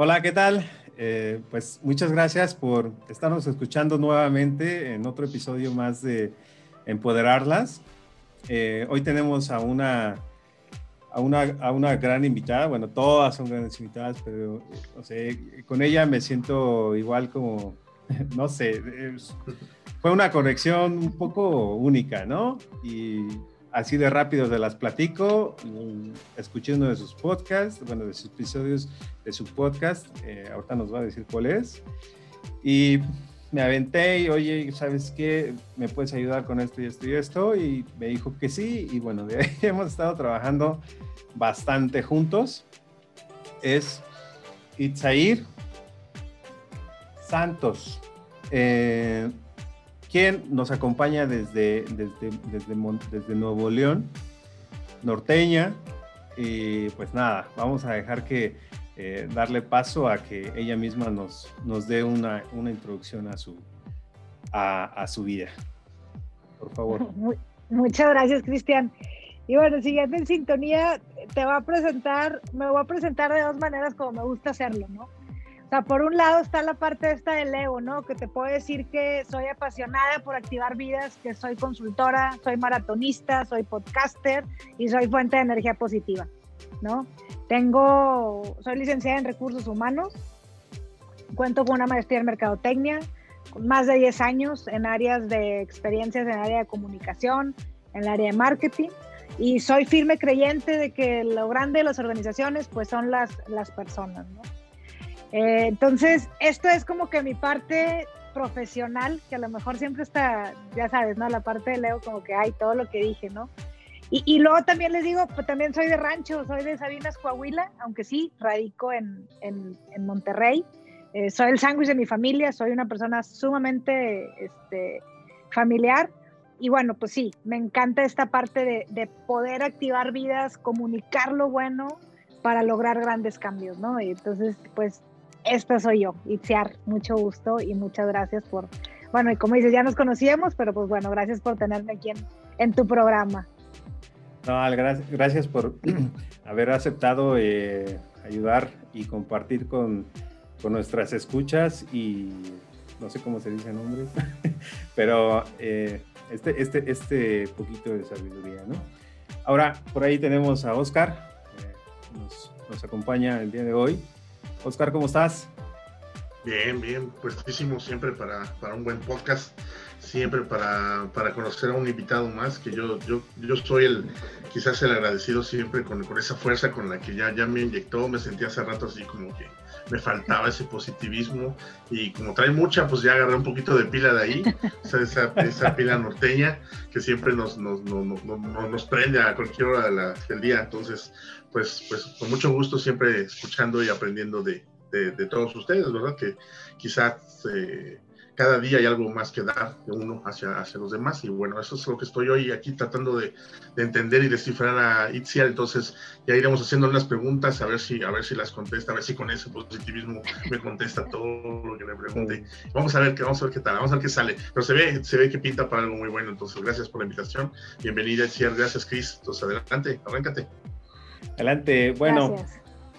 Hola, ¿qué tal? Pues muchas gracias por estarnos escuchando nuevamente en otro episodio más de Empoderarlas. Hoy tenemos a una gran invitada. Bueno, todas son grandes invitadas, pero no sé, con ella me siento igual como, no sé, fue una conexión un poco única, ¿no? Y así de rápido se las platico. Escuché uno de sus podcasts, bueno, de sus episodios de su podcast. Ahorita nos va a decir cuál es. Y me aventé y, oye, ¿sabes qué? ¿Me puedes ayudar con esto y esto y esto? Y me dijo que sí. Y bueno, de ahí hemos estado trabajando bastante juntos. Es Itzair Santos. Quien nos acompaña desde Nuevo León, norteña. Y pues nada, vamos a dejar que darle paso a que ella misma nos dé una introducción a su vida. Por favor. Muchas gracias, Cristian. Y bueno, siguiendo en sintonía, me voy a presentar de dos maneras como me gusta hacerlo, ¿no? O sea, por un lado está la parte esta del ego, ¿no? Que te puedo decir que soy apasionada por activar vidas, que soy consultora, soy maratonista, soy podcaster y soy fuente de energía positiva, ¿no? Soy licenciada en recursos humanos, cuento con una maestría en mercadotecnia, con más de 10 años en áreas de experiencias en el área de comunicación, en el área de marketing, y soy firme creyente de que lo grande de las organizaciones pues son las personas, ¿no? Entonces, esto es como que mi parte profesional, que a lo mejor siempre está, ya sabes, ¿no? La parte de Leo como que hay todo lo que dije, ¿no? Y luego también les digo, pues también soy de rancho, soy de Sabinas, Coahuila, aunque sí, radico en Monterrey. Soy el sándwich de mi familia, soy una persona sumamente familiar. Y bueno, pues sí, me encanta esta parte de poder activar vidas, comunicar lo bueno para lograr grandes cambios, ¿no? Y entonces, pues, esta soy yo, Itziar, mucho gusto y muchas gracias bueno, y como dices, ya nos conocíamos, pero pues bueno, gracias por tenerme aquí en tu programa. No, gracias por haber aceptado ayudar y compartir con nuestras escuchas y no sé cómo se dice en hombres, pero este poquito de sabiduría, ¿no? Ahora, por ahí tenemos a Oscar, nos acompaña el día de hoy. Oscar, ¿cómo estás? Bien, puestísimo siempre para un buen podcast, siempre para conocer a un invitado más, que yo soy quizás el agradecido siempre con esa fuerza con la que ya me inyectó. Me sentí hace rato así como que me faltaba ese positivismo, y como trae mucha, pues ya agarré un poquito de pila de ahí, o sea, esa pila norteña que siempre nos prende a cualquier hora del día. Entonces, pues con mucho gusto siempre escuchando y aprendiendo de todos ustedes, ¿verdad? Que quizás cada día hay algo más que dar de uno hacia los demás, y bueno, eso es lo que estoy hoy aquí tratando de entender y descifrar a Itziar. Entonces ya iremos haciendo unas preguntas, a ver si las contesta, a ver si con ese positivismo me contesta todo lo que le pregunte. Vamos a ver qué tal, vamos a ver qué sale, pero se ve que pinta para algo muy bueno. Entonces, gracias por la invitación, bienvenida, Itziar. Gracias, Chris. Entonces, adelante, arráncate. Adelante, bueno. Gracias.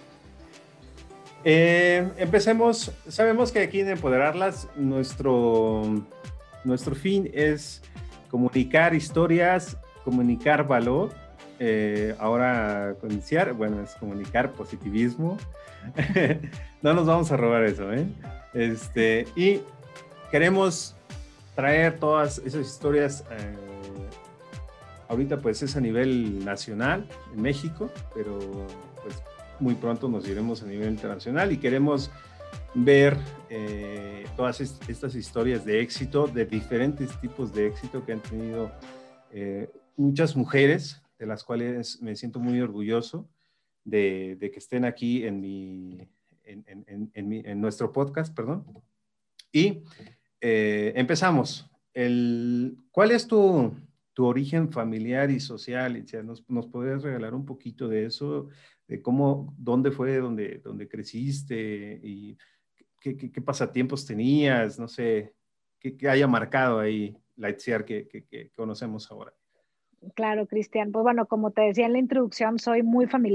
Empecemos. Sabemos que aquí en Empoderarlas nuestro fin es comunicar historias, comunicar valor. Ahora con Itziar, bueno, es comunicar positivismo. No nos vamos a robar eso, ¿eh? Y queremos traer todas esas historias. Ahorita pues es a nivel nacional en México, pero pues muy pronto nos iremos a nivel internacional y queremos ver todas estas historias de éxito, de diferentes tipos de éxito que han tenido muchas mujeres, de las cuales me siento muy orgulloso de que estén aquí en nuestro podcast, perdón. Y empezamos. ¿Cuál es tu origen familiar y social? ¿Nos podrías regalar un poquito de eso? De dónde fue donde creciste y qué pasatiempos tenías, no sé, qué haya marcado ahí la Itziar que conocemos ahora. Claro, Cristian. Pues bueno, como te decía en la introducción, soy muy familiar,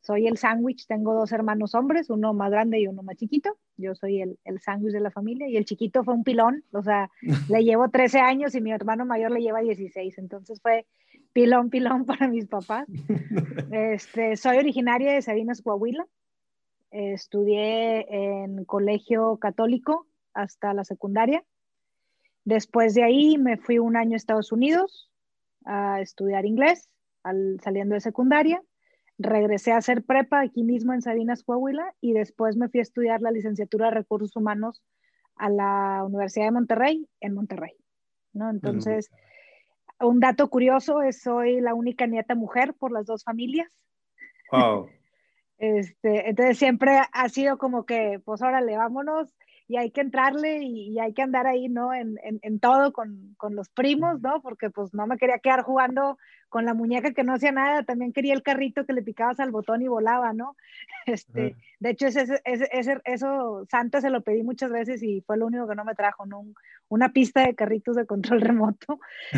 soy el sándwich, tengo 2 hermanos hombres, uno más grande y uno más chiquito. Yo soy el sándwich de la familia y el chiquito fue un pilón, o sea, le llevo 13 años y mi hermano mayor le lleva 16, entonces fue pilón, pilón para mis papás. Soy originaria de Sabinas, Coahuila. Estudié en colegio católico hasta la secundaria. Después de ahí me fui un año a Estados Unidos a estudiar inglés, saliendo de secundaria. Regresé a hacer prepa aquí mismo en Sabinas, Coahuila, y después me fui a estudiar la licenciatura de Recursos Humanos a la Universidad de Monterrey, en Monterrey, ¿no? Entonces, un dato curioso es soy la única nieta mujer por las 2 familias. Wow. Entonces siempre ha sido como que, pues órale, vámonos y hay que entrarle y hay que andar ahí, ¿no? En todo con los primos, ¿no? Porque pues no me quería quedar jugando con la muñeca que no hacía nada, también quería el carrito que le picabas al botón y volaba, ¿no? De hecho, eso Santa se lo pedí muchas veces y fue lo único que no me trajo, ¿no? Una pista de carritos de control remoto.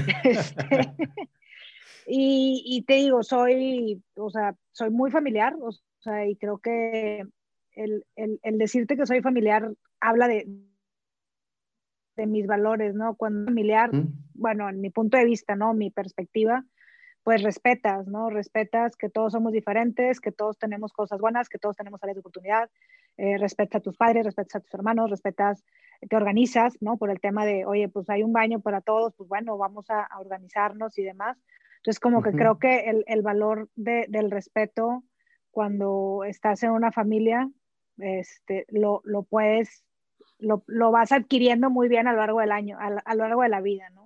Y te digo, o sea, soy muy familiar, o sea, y creo que el decirte que soy familiar habla de mis valores, ¿no? Cuando familiar, bueno, en mi punto de vista, ¿no? Mi perspectiva, pues respetas, ¿no? Respetas que todos somos diferentes, que todos tenemos cosas buenas, que todos tenemos áreas de oportunidad, respetas a tus padres, respetas a tus hermanos, respetas, te organizas, ¿no? Por el tema de, oye, pues hay un baño para todos, pues bueno, vamos a organizarnos y demás. Entonces, como que creo que el valor del respeto cuando estás en una familia, lo puedes, lo vas adquiriendo muy bien a lo largo del año, a lo largo de la vida, ¿no?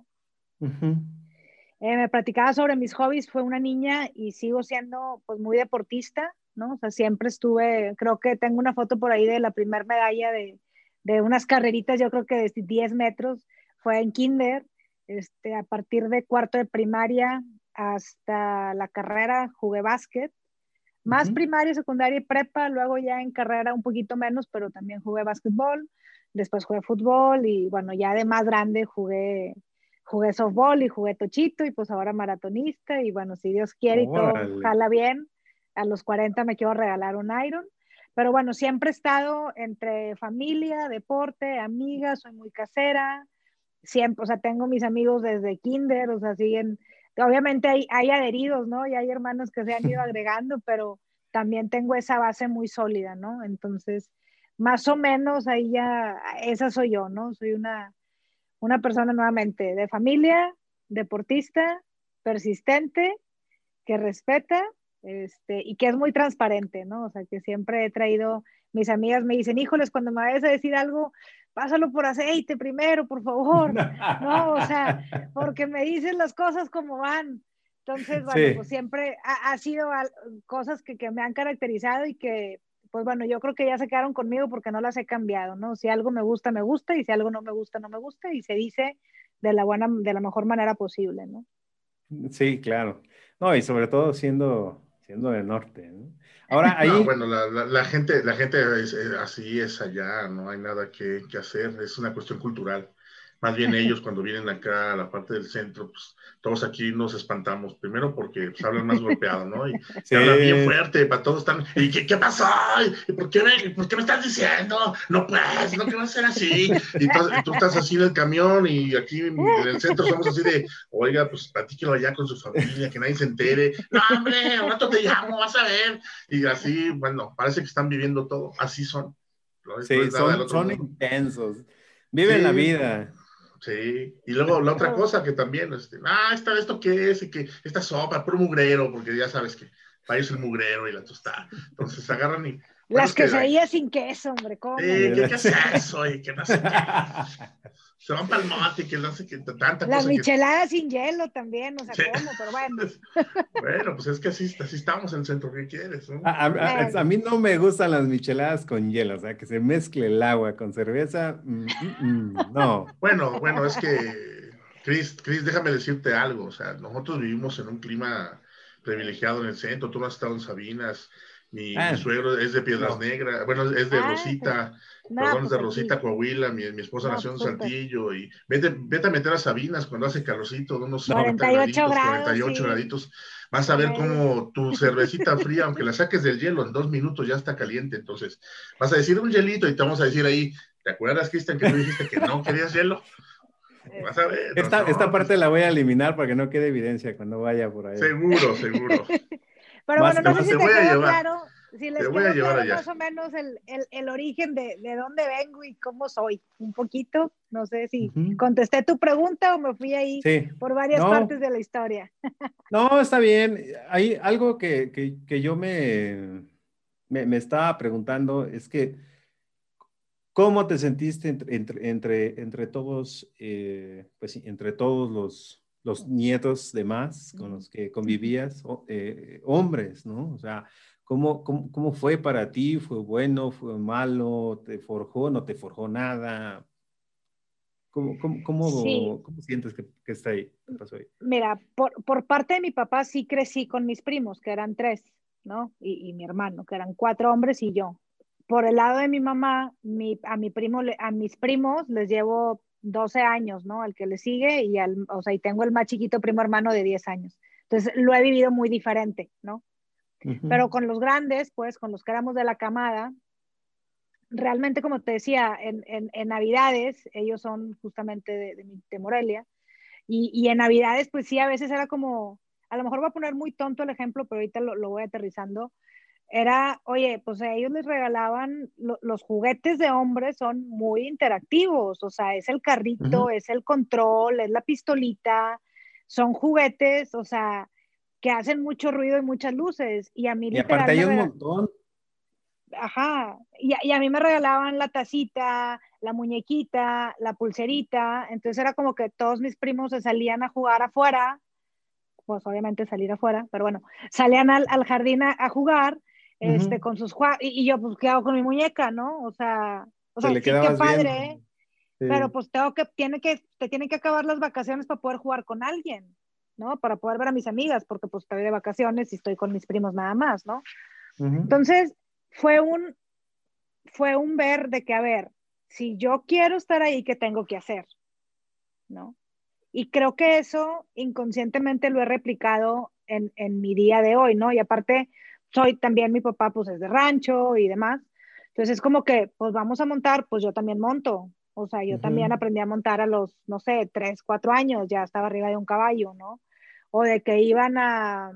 Me platicaba sobre mis hobbies, fue una niña y sigo siendo pues muy deportista, ¿no? O sea, siempre estuve, creo que tengo una foto por ahí de la primer medalla de unas carreritas, yo creo que de 10 metros, fue en kinder, a partir de cuarto de primaria hasta la carrera jugué básquet, más primaria, secundaria y prepa, luego ya en carrera un poquito menos, pero también jugué básquetbol, después jugué fútbol y bueno, ya de más grande jugué softball y jugué tochito y pues ahora maratonista y bueno, si Dios quiere y todo jala bien, a los 40 me quiero regalar un Iron, pero bueno, siempre he estado entre familia, deporte, amigas, soy muy casera, siempre, o sea, tengo mis amigos desde kinder, o sea, siguen, obviamente hay adheridos, ¿no? Y hay hermanos que se han ido agregando, pero también tengo esa base muy sólida, ¿no? Entonces, más o menos ahí ya, esa soy yo, ¿no? Soy una persona nuevamente de familia, deportista, persistente, que respeta, y que es muy transparente, ¿no? O sea, que siempre he traído, mis amigas me dicen, híjoles, cuando me vayas a decir algo, pásalo por aceite primero, por favor, ¿no? O sea, porque me dicen las cosas como van. Entonces, bueno, pues siempre ha sido cosas que me han caracterizado y que, pues bueno, yo creo que ya se quedaron conmigo porque no las he cambiado, ¿no? Si algo me gusta, me gusta, y si algo no me gusta, no me gusta, y se dice de la mejor manera posible, ¿no? Sí, claro. No, y sobre todo siendo del norte, ¿no? Ahora, ahí... No, bueno, la gente así es allá, no hay nada que hacer, es una cuestión cultural. Más bien ellos cuando vienen acá a la parte del centro, pues todos aquí nos espantamos. Primero porque pues, hablan más golpeado, ¿no? Y hablan bien fuerte, para todos están, ¿y qué pasó? ¿Y por qué me estás diciendo? No puedes, no que va a ser así. Y tú estás así en el camión y aquí en el centro somos así de, oiga, pues platíquelo allá con su familia, que nadie se entere. No, hombre, al rato te llamo, vas a ver. Y así, bueno, parece que están viviendo todo. Así son. No sí, es nada del otro son mundo. intensos. Viven la Sí. vida. Sí, y luego la otra cosa que también, ¿esto qué es? Y que esta sopa, puro mugrero, porque ya sabes que para ellos el mugrero y la tostada. Entonces agarran y, bueno, Las es que, quesadillas sin queso, hombre, ¿cómo? ¿qué es eso? Y que no sé qué. Se van para el monte y que no sé qué, tanta Las cosa que... micheladas sin hielo también, o sea, Sí. ¿cómo? Pero bueno. Bueno, pues es que así estamos en el centro, ¿qué quieres? ¿No? A mí no me gustan las micheladas con hielo, o sea, que se mezcle el agua con cerveza, no. Bueno, es que, Chris, déjame decirte algo, o sea, nosotros vivimos en un clima privilegiado en el centro, tú no has estado en Sabinas, mi suegro es de Piedras No. Negras, bueno, es de Sí. Rosita, No, cordones pues de aquí. Rosita, Coahuila, mi esposa No, nació pues en súper. Saltillo, y vete a meter a Sabinas cuando hace calorcito, de unos No, 50 48 graditos, grados, 48 sí, graditos, vas a ver promedio. cómo tu cervecita fría, aunque la saques del hielo, en 2 minutos ya está caliente. Entonces vas a decir un hielito y te vamos a decir ahí, ¿te acuerdas, Cristian, que tú dijiste que no querías hielo? Vas a ver, no, esta no, pues parte la voy a eliminar para que no quede evidencia cuando vaya por ahí. seguro, seguro. Pero bueno, no sé Te si te voy a quedó llevar, claro, si te les voy a quedó llevar claro allá. más o menos el origen de dónde vengo y cómo soy, un poquito. No sé si Ujú. contesté tu pregunta o me fui ahí Sí, por varias partes no, de la historia. no, está bien. Hay algo que yo me estaba preguntando, es que, ¿cómo te sentiste entre todos, pues, sí, entre todos los nietos de más con los que convivías, hombres, ¿no? O sea, ¿cómo fue para ti? ¿Fue bueno? ¿Fue malo? ¿Te forjó? ¿No te forjó nada? Sí, ¿Cómo sientes que está ahí? ¿Qué pasó ahí? mira, por parte de mi papá sí crecí con mis primos, que eran tres, ¿no? Y mi hermano, que eran cuatro hombres y yo. Por el lado de mi mamá, a mis primos les llevo 12 años, ¿no? Al que le sigue o sea, y tengo el más chiquito primo hermano de 10 años. Entonces lo he vivido muy diferente, ¿no? Ujú, Pero con los grandes, pues, con los que éramos de la camada, realmente, como te decía, en Navidades, ellos son justamente de Morelia, y en Navidades, pues sí, a veces era como, a lo mejor voy a poner muy tonto el ejemplo, pero ahorita lo voy aterrizando. Era, oye, pues a ellos les regalaban, los juguetes de hombres son muy interactivos, o sea, es el ujú. carrito, es el control, es la pistolita, son juguetes, o sea, que hacen mucho ruido y muchas luces. Y a mí Y aparte literal hay un montón. ajá, y a mí me regalaban la tacita, la muñequita, la pulserita, entonces era como que todos mis primos se salían a jugar afuera, pues obviamente salir afuera, pero bueno, salían al jardín a jugar, Ujú. con y yo pues qué hago con mi muñeca, ¿no? O Te sea, le sí que quedabas viendo. padre, pero Sí. pues te tienen que acabar las vacaciones para poder jugar con alguien, ¿no? Para poder ver a mis amigas, porque pues estoy de vacaciones y estoy con mis primos nada más, ¿no? Ujú. Entonces, fue un, fue un ver de que, a ver, si yo quiero estar ahí, ¿qué tengo que hacer? ¿No? Y creo que eso inconscientemente lo he replicado en mi día de hoy, ¿no? Y aparte, soy también, mi papá pues es de rancho y demás. Entonces es como que, pues vamos a montar, pues yo también monto. O sea, yo también Ujú. aprendí a montar a los, no sé, 3, 4 años, ya estaba arriba de un caballo, ¿no? O de que iban a,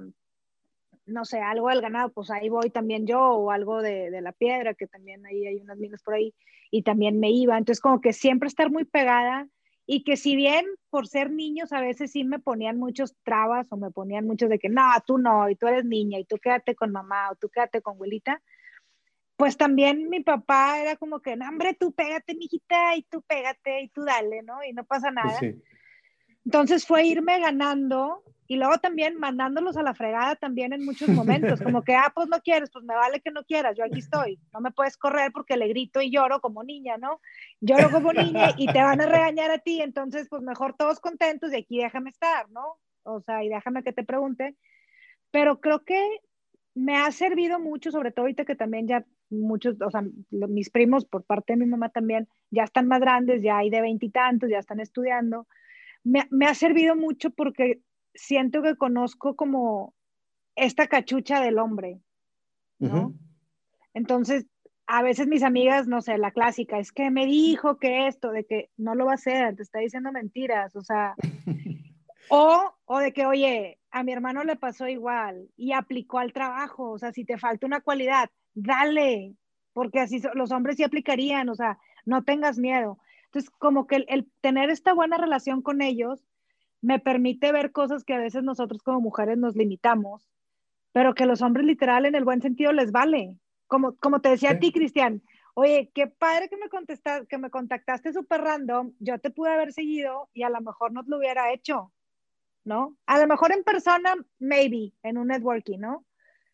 no sé, algo del ganado, pues ahí voy también yo, o algo de la piedra, que también ahí hay unas minas por ahí, y también me iba. Entonces, como que siempre estar muy pegada, y que si bien por ser niños a veces sí me ponían muchos trabas, o me ponían muchos de que no, tú no, y tú eres niña, y tú quédate con mamá, o tú quédate con abuelita, pues también mi papá era como que, no, hombre, tú pégate, mijita, y tú pégate, y tú dale, ¿no? Y no pasa Pues nada. sí. Entonces fue irme ganando y luego también mandándolos a la fregada también en muchos momentos, como que, pues no quieres, pues me vale que no quieras, yo aquí estoy, no me puedes correr porque le grito y lloro como niña, ¿no? Lloro como niña y te van a regañar a ti, entonces pues mejor todos contentos y aquí déjame estar, ¿no? O sea, y déjame que te pregunte, pero creo que me ha servido mucho, sobre todo ahorita que también ya muchos, o sea, mis primos por parte de mi mamá también ya están más grandes, ya hay de veintitantos, ya están estudiando, me ha servido mucho porque siento que conozco como esta cachucha del hombre, ¿no? Ujú. Entonces, a veces mis amigas, no sé, la clásica, es que me dijo que esto, de que no lo va a hacer, te está diciendo mentiras, o sea, o de que, oye, a mi hermano le pasó igual y aplicó al trabajo, o sea, si te falta una cualidad, dale, porque así los hombres sí aplicarían, o sea, no tengas miedo. Entonces, como que el tener esta buena relación con ellos me permite ver cosas que a veces nosotros como mujeres nos limitamos, pero que los hombres literal en el buen sentido les vale. Como te decía a Sí, ti, Cristian, oye, qué padre que me contactaste súper random, yo te pude haber seguido y a lo mejor no te lo hubiera hecho, ¿no? A lo mejor en persona, maybe, en un networking, ¿no?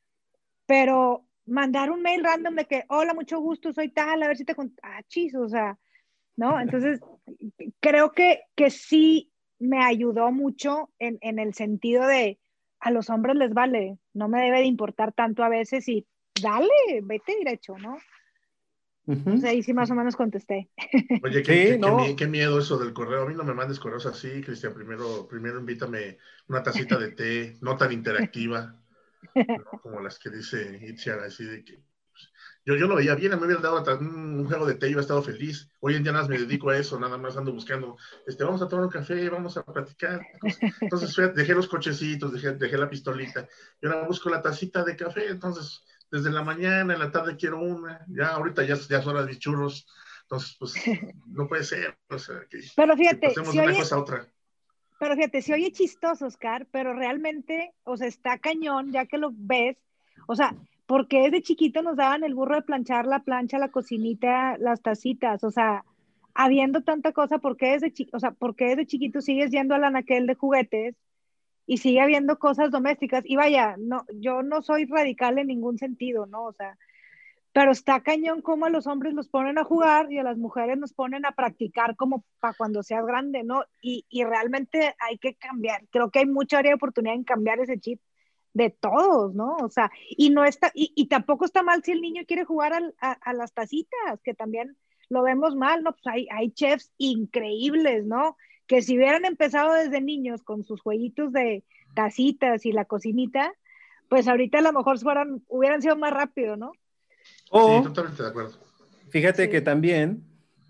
Pero mandar un mail random de que, hola, mucho gusto, soy tal, a ver si chis, o sea, ¿no? Entonces, creo que sí me ayudó mucho en el sentido de a los hombres les vale, no me debe de importar tanto a veces y dale, vete derecho, ¿no? O sea, ahí sí más o menos contesté. Oye, Sí, ¿no? qué miedo eso del correo. A mí no me mandes correos así, Cristian. Primero invítame una tacita de té, no tan interactiva, ¿no? Como las que dice Itziar, así de que yo lo veía bien, me hubieran dado un juego de té y hubiera estado feliz. Hoy en día nada más me dedico a eso, nada más ando buscando, vamos a tomar un café, vamos a platicar. Entonces dejé los cochecitos, dejé la pistolita, y ahora busco la tacita de café. Entonces, desde la mañana, en la tarde quiero una, ya ahorita ya es hora de churros. Entonces, pues, no puede ser, o sea, Pero que fíjate, pasemos de una cosa a otra. se oye chistoso, Oscar, pero realmente, o sea, está cañón, ya que lo ves, o sea, porque desde chiquito nos daban el burro de planchar, la plancha, la cocinita, las tacitas, o sea, habiendo tanta cosa, ¿por qué desde chiquito sigues yendo al anaquel de juguetes y sigue habiendo cosas domésticas? Y vaya, no, yo no soy radical en ningún sentido, ¿no? O sea, pero está cañón como a los hombres los ponen a jugar y a las mujeres nos ponen a practicar como para cuando seas grande, ¿no? Y realmente hay que cambiar. Creo que hay mucha área de oportunidad en cambiar ese chip de todos, ¿no? O sea, y no está, y tampoco está mal si el niño quiere jugar a las tacitas, que también lo vemos mal, ¿no? Pues hay chefs increíbles, ¿no? Que si hubieran empezado desde niños con sus jueguitos de tacitas y la cocinita, pues ahorita a lo mejor hubieran sido más rápido, ¿no? Sí, O totalmente de acuerdo. fíjate que Sí. también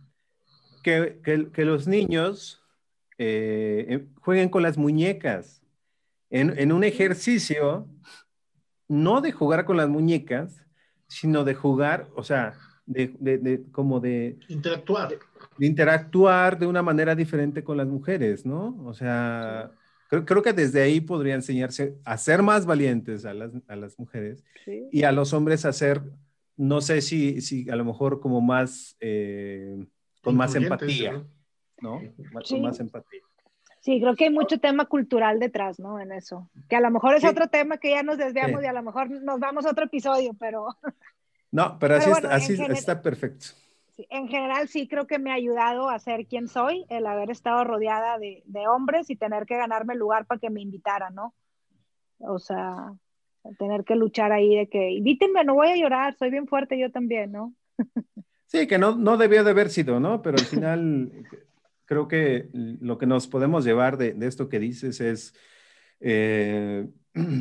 que los niños jueguen con las muñecas en un ejercicio, no de jugar con las muñecas, sino de jugar, o sea, como Interactuar. de interactuar de una manera diferente con las mujeres, ¿no? O sea, Sí. creo que desde ahí podría enseñarse a ser más valientes a las mujeres Sí. y a los hombres a ser, no sé si a lo mejor como más, con más Incluyentes, empatía, ¿no? ¿no? Con Sí, más empatía. sí, creo que hay mucho tema cultural detrás, ¿no? En eso. Que a lo mejor es ¿Qué? otro tema que ya nos desviamos y Sí. a lo mejor nos vamos a otro episodio, pero, No, pero pero bueno, así está perfecto. sí, en general sí creo que me ha ayudado a ser quien soy, el haber estado rodeada de hombres y tener que ganarme el lugar para que me invitaran, ¿no? O sea, tener que luchar ahí de que invítenme, no voy a llorar, soy bien fuerte yo también, ¿no? Sí, que no debió de haber sido, ¿no? Pero al final creo que lo que nos podemos llevar de esto que dices es, eh,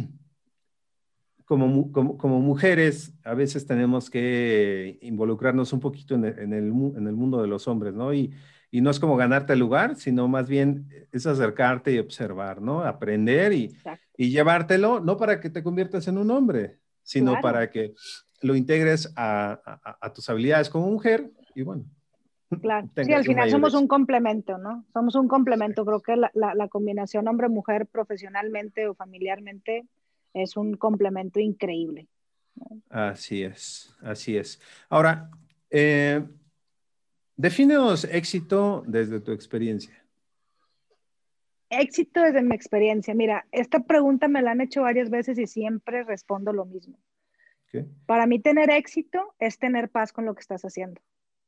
como mujeres, a veces tenemos que involucrarnos un poquito en el mundo de los hombres, ¿no? Y no es como ganarte el lugar, sino más bien es acercarte y observar, ¿no? Aprender Exacto, y llevártelo, no para que te conviertas en un hombre, sino claro. para que lo integres a tus habilidades como mujer y bueno, Claro, sí, al tengas un final mayor somos un éxito. complemento, ¿no? Somos un complemento. Exacto. Creo que la combinación hombre-mujer profesionalmente o familiarmente es un complemento increíble, ¿no? Así es, así es. Ahora, defínenos éxito desde tu experiencia. Éxito desde mi experiencia. Mira, esta pregunta me la han hecho varias veces y siempre respondo lo mismo. ¿Ok? Para mí tener éxito es tener paz con lo que estás haciendo.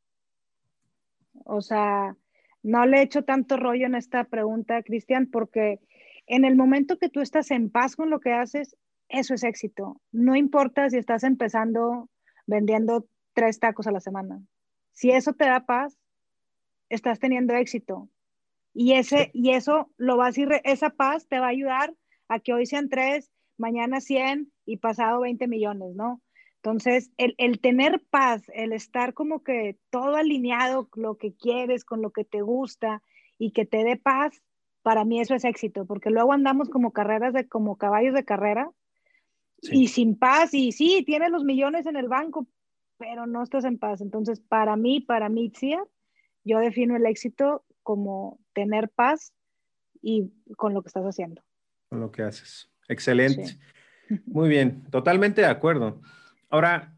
O sea, no le echo tanto rollo en esta pregunta, Cristian, porque en el momento que tú estás en paz con lo que haces, eso es éxito. No importa si estás empezando vendiendo 3 tacos a la semana. Si eso te da paz, estás teniendo éxito. Sí. Y eso lo vas a ir, esa paz te va a ayudar a que hoy sean 3, mañana 100 y pasado 20 millones, ¿no? Entonces, el tener paz, el estar como que todo alineado con lo que quieres, con lo que te gusta y que te dé paz, para mí eso es éxito, porque luego andamos como caballos de carrera Sí, y sin paz, y sí, tienes los millones en el banco, pero no estás en paz. Entonces, para mí, Tzia, yo defino el éxito como tener paz y con lo que estás haciendo. con lo que haces. Excelente. Sí. Muy bien, totalmente de acuerdo. Ahora,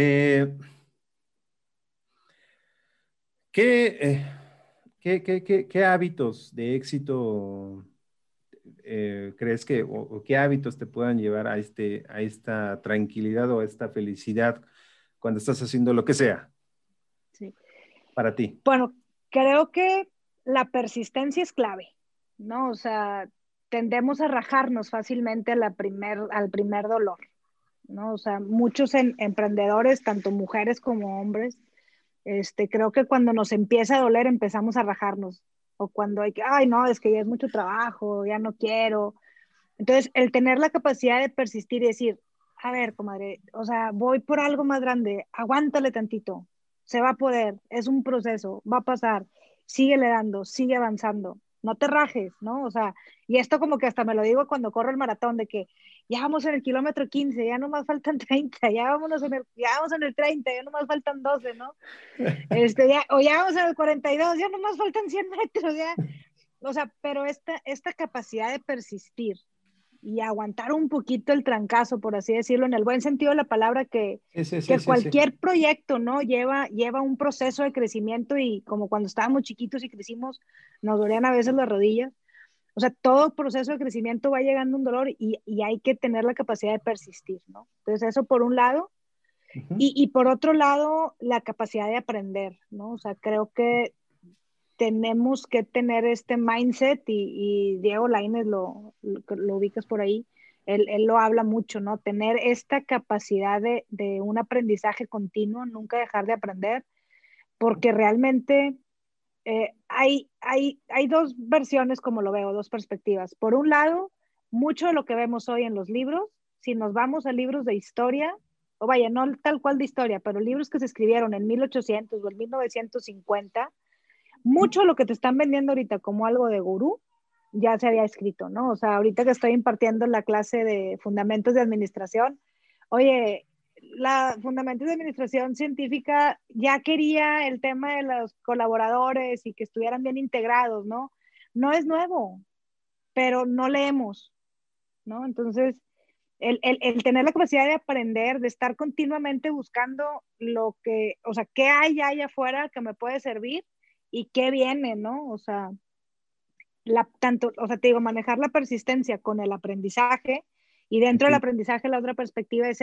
¿qué, qué hábitos de éxito crees o qué hábitos te puedan llevar a esta tranquilidad o a esta felicidad cuando estás haciendo lo que sea Sí. para ti? Bueno, creo que la persistencia es clave, ¿no? O sea, tendemos a rajarnos fácilmente al primer dolor, ¿no? O sea, muchos emprendedores, tanto mujeres como hombres, Creo que cuando nos empieza a doler empezamos a rajarnos, o cuando hay que, ay, no, es que ya es mucho trabajo, ya no quiero. Entonces, el tener la capacidad de persistir y decir, a ver, comadre, o sea, voy por algo más grande, aguántale tantito, se va a poder, es un proceso, va a pasar, síguele dando, sigue avanzando, no te rajes, ¿no? O sea, y esto como que hasta me lo digo cuando corro el maratón, de que ya vamos en el kilómetro 15, ya nomás faltan 30, ya vamos en el 30, ya nomás faltan 12, ¿no? O ya vamos en el 42, ya nomás faltan 100 metros, ya. O sea, pero esta capacidad de persistir y aguantar un poquito el trancazo, por así decirlo, en el buen sentido de la palabra, que Sí. cualquier proyecto, ¿no? Lleva un proceso de crecimiento, y como cuando estábamos chiquitos y crecimos, nos dolían a veces las rodillas. O sea, todo proceso de crecimiento va llegando un dolor, y hay que tener la capacidad de persistir, ¿no? Entonces, eso por un lado. Y por otro lado, la capacidad de aprender, ¿no? O sea, creo que tenemos que tener este mindset, y Diego Lainez lo ubicas por ahí, él lo habla mucho, ¿no? Tener esta capacidad de un aprendizaje continuo, nunca dejar de aprender, porque realmente hay dos versiones, como lo veo, dos perspectivas. Por un lado, mucho de lo que vemos hoy en los libros, si nos vamos a libros de historia, o vaya, no tal cual de historia, pero libros que se escribieron en 1800 o en 1950, mucho de lo que te están vendiendo ahorita como algo de gurú ya se había escrito, ¿no? O sea, ahorita que estoy impartiendo la clase de fundamentos de administración, oye, la fundamentos de administración científica ya quería el tema de los colaboradores y que estuvieran bien integrados, ¿no? No es nuevo, pero no leemos, ¿no? Entonces, el tener la capacidad de aprender, de estar continuamente buscando o sea, qué hay allá afuera que me puede servir y qué viene, ¿no? O sea, o sea, te digo, manejar la persistencia con el aprendizaje, y dentro del Okay. aprendizaje la otra perspectiva es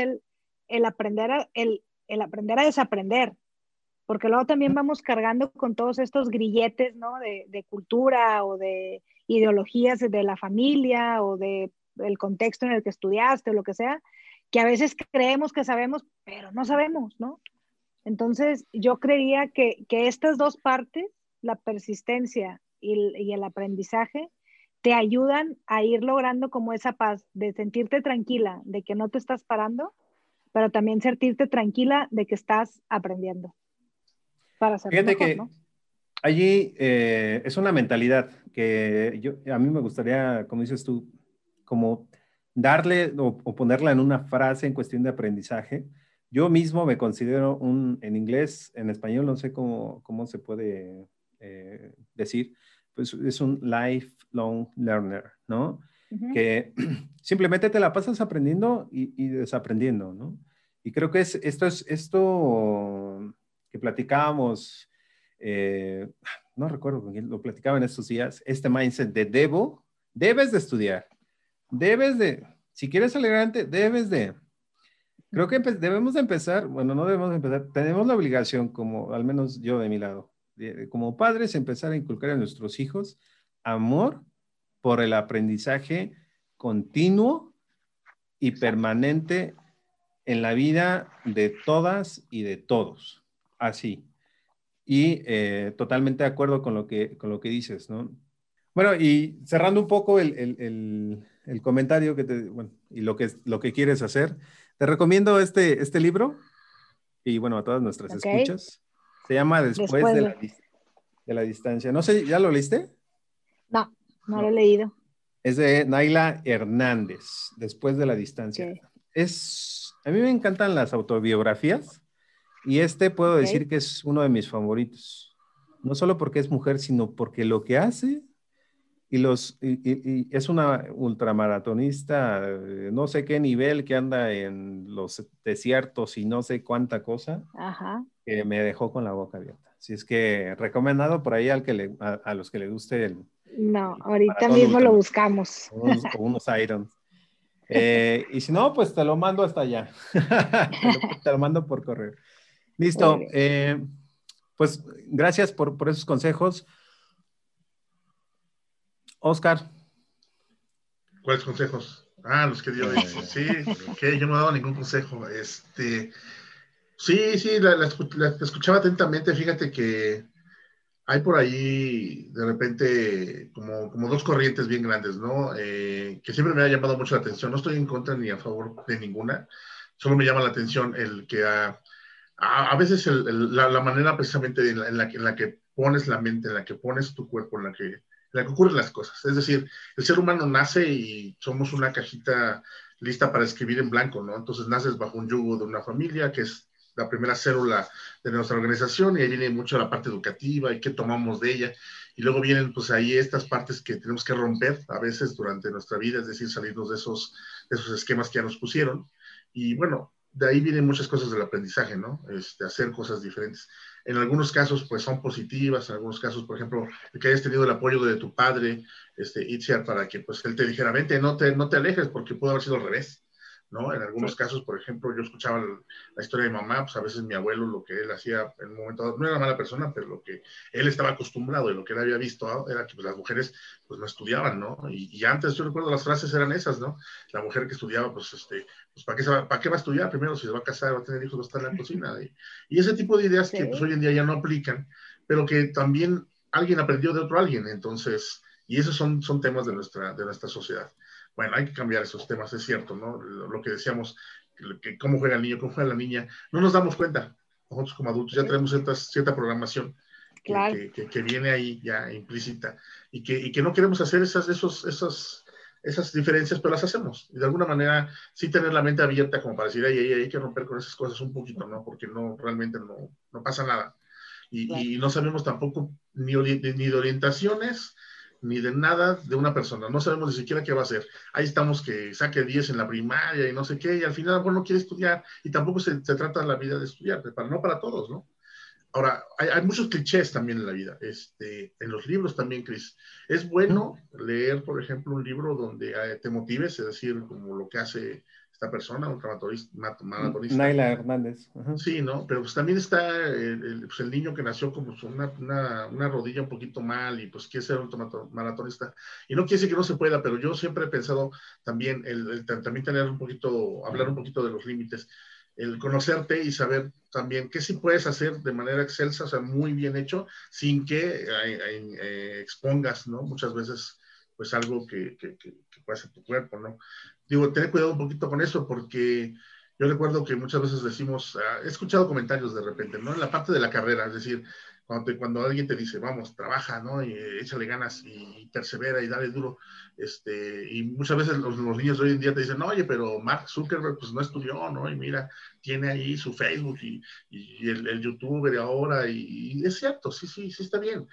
el aprender a desaprender, porque luego también vamos cargando con todos estos grilletes, ¿no? De cultura o de ideologías de la familia o del contexto en el que estudiaste o lo que sea, que a veces creemos que sabemos, pero no sabemos, ¿no? Entonces, yo creía que estas dos partes, la persistencia y el aprendizaje, te ayudan a ir logrando como esa paz de sentirte tranquila, de que no te estás parando, pero también sentirte tranquila de que estás aprendiendo para hacerlo Fíjate mejor, que ¿no? allí es una mentalidad que a mí me gustaría, como dices tú, como darle o ponerla en una frase en cuestión de aprendizaje. Yo mismo me considero en inglés, en español, no sé cómo se puede decir, pues es un lifelong learner, ¿no? Ujú. Que simplemente te la pasas aprendiendo y desaprendiendo, ¿no? Y creo que esto que platicábamos, no recuerdo con quién lo platicaba en estos días, este mindset de debes de estudiar, si quieres salir adelante, creo que debemos de empezar, bueno, no debemos de empezar, tenemos la obligación, como al menos yo de mi lado, como padres, empezar a inculcar a nuestros hijos amor por el aprendizaje continuo y permanente en la vida de todas y de todos. Así. Y totalmente de acuerdo con lo que dices, ¿no? Bueno, y cerrando un poco el comentario bueno, y lo que quieres hacer, te recomiendo este libro y bueno, a todas nuestras Ok, escuchas. Se llama Después después de de... de la distancia. No sé, ¿ya lo leíste? No, no lo No. he leído. Es de Naila Hernández, Después de la distancia. Ok, A mí me encantan las autobiografías y puedo ok. decir que es uno de mis favoritos. No solo porque es mujer, sino porque lo que hace y es una ultramaratonista, no sé qué nivel, que anda en los desiertos y no sé cuánta cosa, Ajá. que me dejó con la boca abierta. Así es que recomendado por ahí a los que le guste No, el ahorita maratón mismo lo ultra buscamos. o unos Irons. Y si no, pues te lo mando hasta allá. Te lo mando por correo. Muy Listo. bien. Pues gracias por esos consejos. Oscar. ¿Cuáles consejos? Ah, los que dio. Sí, ok, yo no he dado ningún consejo. Sí, sí, la escuchaba atentamente. Fíjate que hay por ahí de repente como dos corrientes bien grandes, ¿no? Que siempre me ha llamado mucho la atención. No estoy en contra ni a favor de ninguna. Solo me llama la atención el que a veces la manera precisamente en la que pones la mente, en la que pones tu cuerpo, en la que ocurren las cosas. Es decir, el ser humano nace y somos una cajita lista para escribir en blanco, ¿no? Entonces naces bajo un yugo de una familia, que es la primera célula de nuestra organización, y ahí viene mucho la parte educativa y qué tomamos de ella. Y luego vienen pues ahí estas partes que tenemos que romper a veces durante nuestra vida, es decir, salirnos de esos esquemas que ya nos pusieron. Y bueno, de ahí vienen muchas cosas del aprendizaje, ¿no? Hacer cosas diferentes. En algunos casos, pues son positivas, en algunos casos, por ejemplo, el que hayas tenido el apoyo de tu padre, Itziar, para que pues él te dijera, vente, no te alejes, porque pudo haber sido al revés, ¿no? En algunos casos, por ejemplo, yo escuchaba la historia de mi mamá, pues a veces mi abuelo, lo que él hacía en un momento dado, no era mala persona, pero lo que él estaba acostumbrado y lo que él había visto era que pues, las mujeres pues no estudiaban, ¿no? Y antes yo recuerdo las frases eran esas, ¿no? La mujer que estudiaba, pues pues ¿para qué va a estudiar? Primero, si se va a casar, va a tener hijos, va a estar en la cocina. Y ese tipo de ideas que pues hoy en día ya no aplican, pero que también alguien aprendió de otro alguien, entonces, y esos son temas de nuestra sociedad. Bueno, hay que cambiar esos temas, es cierto, ¿no? Lo que decíamos, que cómo juega el niño, cómo juega la niña, no nos damos cuenta. Nosotros como adultos ya tenemos cierta programación Claro. que viene ahí ya implícita y que no queremos hacer esas diferencias, pero las hacemos. Y de alguna manera sí tener la mente abierta como para decir, hay que romper con esas cosas un poquito, ¿no? Porque realmente no pasa nada. Y no sabemos tampoco ni de orientaciones, ni de nada de una persona. No sabemos ni siquiera qué va a hacer. Ahí estamos que saque 10 en la primaria y no sé qué, y al final, bueno, no quiere estudiar. Y tampoco se trata la vida de estudiar, no para todos, ¿no? Ahora, hay muchos clichés también en la vida, en los libros también, Chris. Es bueno leer, por ejemplo, un libro donde te motives, es decir, como lo que hace esta persona, un maratonista. Naila Hernández. Uh-huh. Sí, ¿no? Pero pues también está pues el niño que nació con pues, una rodilla un poquito mal y pues quiere ser un maratonista. Y no quiere decir que no se pueda, pero yo siempre he pensado también también hablar un poquito de los límites, el conocerte y saber también qué sí puedes hacer de manera excelsa, o sea, muy bien hecho, sin que expongas, ¿no? Muchas veces, pues algo que puede ser tu cuerpo, ¿no? Digo, tener cuidado un poquito con eso porque yo recuerdo que muchas veces decimos, he escuchado comentarios de repente, ¿no? En la parte de la carrera, es decir, cuando alguien te dice, vamos, trabaja, ¿no? Y échale ganas y persevera y dale duro. Y muchas veces los niños de hoy en día te dicen, no, oye, pero Mark Zuckerberg pues no estudió, ¿no? Y mira, tiene ahí su Facebook y el youtuber ahora, y es cierto, sí está bien.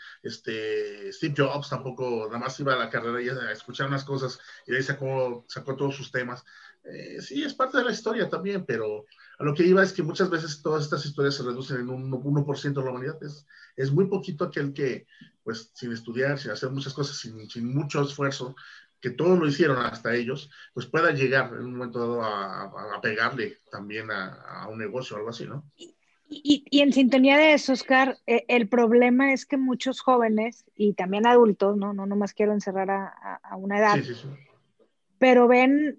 Steve Jobs tampoco, nada más iba a la carrera y a escuchar unas cosas y de ahí sacó todos sus temas. Sí, es parte de la historia también, pero a lo que iba es que muchas veces todas estas historias se reducen en un 1% de la humanidad. Es muy poquito aquel que, pues, sin estudiar, sin hacer muchas cosas, sin mucho esfuerzo, que todos lo hicieron hasta ellos, pues pueda llegar en un momento dado a pegarle también a un negocio o algo así, ¿no? Y en sintonía de eso, Oscar, el problema es que muchos jóvenes y también adultos, no nomás quiero encerrar a una edad, sí. pero ven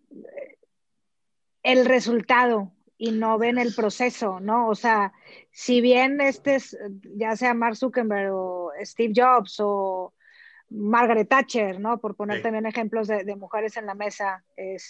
el resultado y no ven el proceso, ¿no? O sea, si bien ya sea Mark Zuckerberg o Steve Jobs o Margaret Thatcher, ¿no? Por poner también ejemplos de mujeres en la mesa,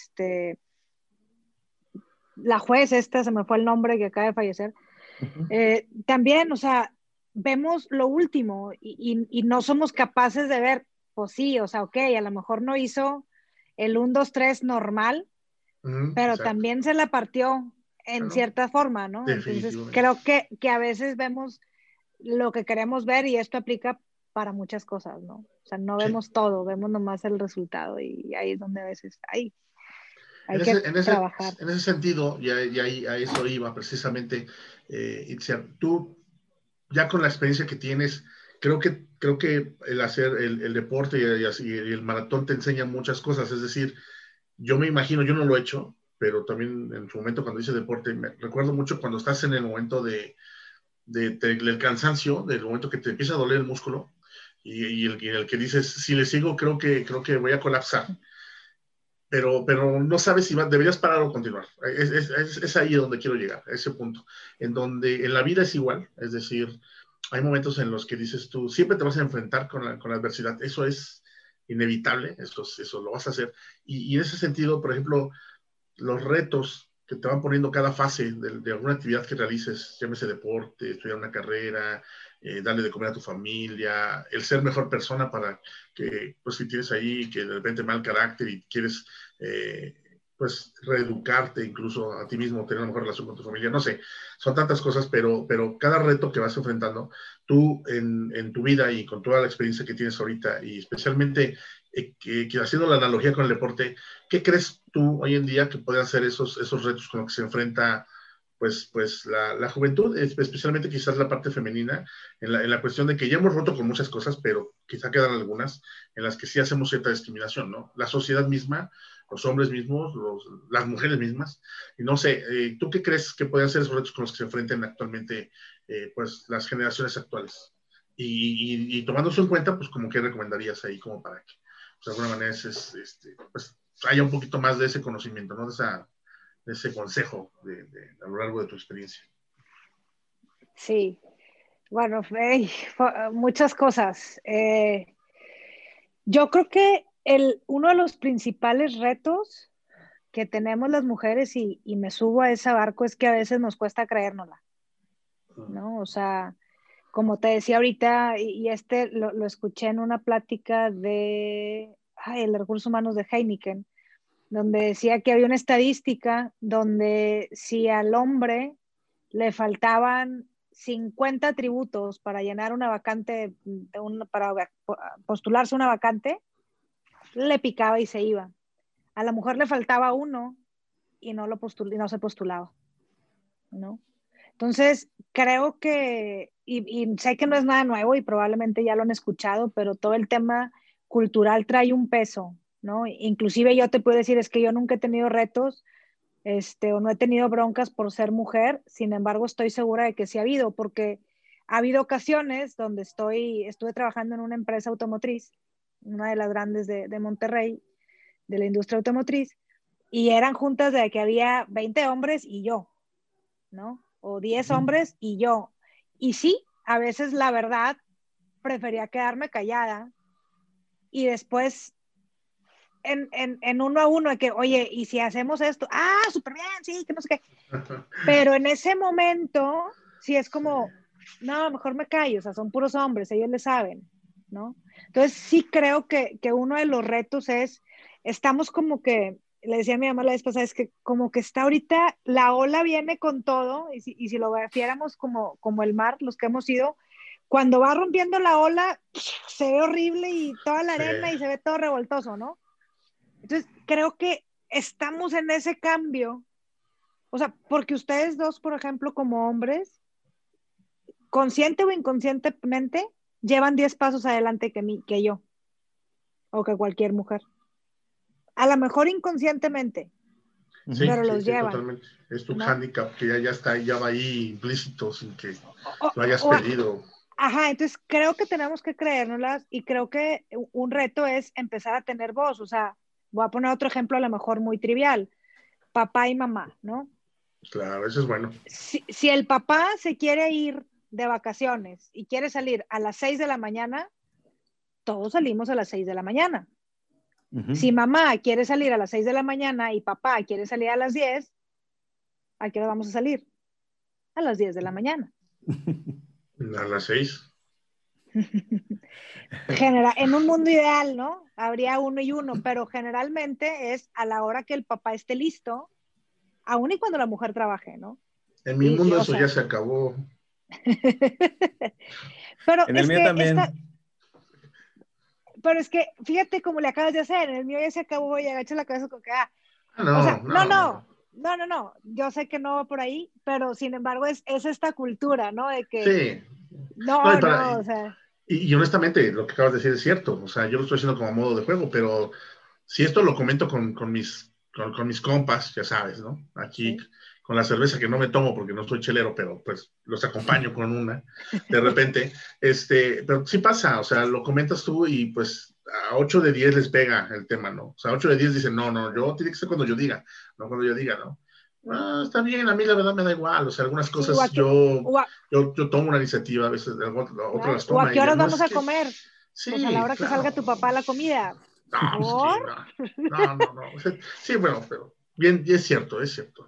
la juez se me fue el nombre que acaba de fallecer, también, o sea, vemos lo último y no somos capaces de ver, pues sí, o sea, ok, a lo mejor no hizo el 1, 2, 3 normal, pero exacto, también se la partió en cierta forma, ¿no? Entonces, creo que a veces vemos lo que queremos ver y esto aplica para muchas cosas, ¿no? O sea, no vemos todo, vemos nomás el resultado y ahí es donde a veces hay que trabajar. En ese sentido, y ahí a eso iba precisamente, Itziar, tú ya con la experiencia que tienes, creo que el hacer el deporte y el maratón te enseña muchas cosas, es decir, yo me imagino, yo no lo he hecho, pero también en su momento cuando hice deporte, me recuerdo mucho cuando estás en el momento del cansancio, del momento que te empieza a doler el músculo y el que dices, si le sigo, creo que voy a colapsar. pero no sabes si deberías parar o continuar. Es ahí donde quiero llegar, a ese punto, en donde en la vida es igual, es decir, hay momentos en los que dices tú, siempre te vas a enfrentar con la adversidad, eso es inevitable, eso lo vas a hacer, y en ese sentido, por ejemplo, los retos que te van poniendo cada fase de alguna actividad que realices, llámese deporte, estudiar una carrera, darle de comer a tu familia, el ser mejor persona para que, pues si tienes ahí que de repente mal carácter y quieres, pues reeducarte incluso a ti mismo, tener una mejor relación con tu familia, no sé, son tantas cosas, pero cada reto que vas enfrentando, tú en tu vida y con toda la experiencia que tienes ahorita, y especialmente que haciendo la analogía con el deporte, ¿qué crees tú hoy en día que pueden ser esos retos con los que se enfrenta pues la juventud, especialmente quizás la parte femenina, en la cuestión de que ya hemos roto con muchas cosas, pero quizá quedan algunas en las que sí hacemos cierta discriminación, ¿no? La sociedad misma, los hombres mismos, las mujeres mismas, y no sé, ¿tú qué crees que pueden ser esos retos con los que se enfrentan actualmente pues las generaciones actuales? Y tomándose en cuenta, pues como qué recomendarías ahí como para que de alguna manera pues haya un poquito más de ese conocimiento, ¿no? De ese consejo a lo largo de tu experiencia. Sí, bueno, muchas cosas. Yo creo que uno de los principales retos que tenemos las mujeres, y me subo a ese barco, es que a veces nos cuesta creérnosla, ¿no? O sea, como te decía ahorita, y lo escuché en una plática de recursos humanos de Heineken, donde decía que había una estadística donde si al hombre le faltaban 50 atributos para llenar una vacante, para postularse una vacante, le picaba y se iba. A la mujer le faltaba uno y no se postulaba, ¿no? Entonces, creo que, y sé que no es nada nuevo y probablemente ya lo han escuchado, pero todo el tema cultural trae un peso, ¿no? Inclusive yo te puedo decir, es que yo nunca he tenido retos, o no he tenido broncas por ser mujer, sin embargo, estoy segura de que sí ha habido, porque ha habido ocasiones donde estuve trabajando en una empresa automotriz, una de las grandes de Monterrey, de la industria automotriz, y eran juntas de que había 20 hombres y yo, ¿no? O 10 hombres y yo. Y sí, a veces la verdad prefería quedarme callada y después en uno a uno de que, oye, ¿y si hacemos esto? Ah, súper bien, sí, que no sé qué. Pero en ese momento, sí es como, no, mejor me callo, o sea, son puros hombres, ellos le saben, ¿no? Entonces sí creo que uno de los retos estamos como que, le decía a mi mamá la vez pasada, es que como que está ahorita, la ola viene con todo, y si lo viéramos como el mar, los que hemos ido, cuando va rompiendo la ola, se ve horrible y toda la arena y se ve todo revoltoso, ¿no? Entonces creo que estamos en ese cambio, o sea, porque ustedes dos, por ejemplo, como hombres, consciente o inconscientemente, llevan 10 pasos adelante que yo, o que cualquier mujer. A lo mejor inconscientemente, sí, pero los llevan. totalmente. Es tu ¿no? hándicap que ya va ahí implícito sin que lo hayas pedido. Ajá, entonces creo que tenemos que creérnoslas y creo que un reto es empezar a tener voz. O sea, voy a poner otro ejemplo a lo mejor muy trivial. Papá y mamá, ¿no? Claro, eso es bueno. Si el papá se quiere ir de vacaciones y quiere salir a las 6 de la mañana, todos salimos a las 6 de la mañana. Si mamá quiere salir a las 6 de la mañana y papá quiere salir a las 10, ¿a qué hora vamos a salir? A las 10 de la mañana. A las 6. En un mundo ideal, ¿no? Habría uno y uno, pero generalmente es a la hora que el papá esté listo, aun y cuando la mujer trabaje, ¿no? En mi mundo eso ya se acabó. Pero en el mío también. Pero es que, fíjate cómo le acabas de hacer, en el mío ya se acabó y agacha la cabeza con que, no, o sea, no, yo sé que no va por ahí, pero sin embargo es esta cultura, ¿no? De que, sí. o sea. Y honestamente, lo que acabas de decir es cierto, o sea, yo lo estoy haciendo como modo de juego, pero si esto lo comento con mis compas, ya sabes, ¿no? Aquí sí. Con la cerveza que no me tomo porque no soy chelero, pero pues los acompaño con una, de repente, pero sí pasa, o sea, lo comentas tú y pues a 8 de 10 les pega el tema, ¿no? O sea, 8 de 10 dicen, no, yo tiene que ser cuando yo diga, no cuando yo diga, ¿no? Está bien, a mí la verdad me da igual, o sea, algunas cosas Sí, yo tomo una iniciativa, a veces otras las o a toma qué ella. horas No vamos es a que, comer. Pues a la sí, hora que claro. salga tu papá a la comida. No, ¿Por? sí, no. O sea, sí, bueno, pero bien, es cierto.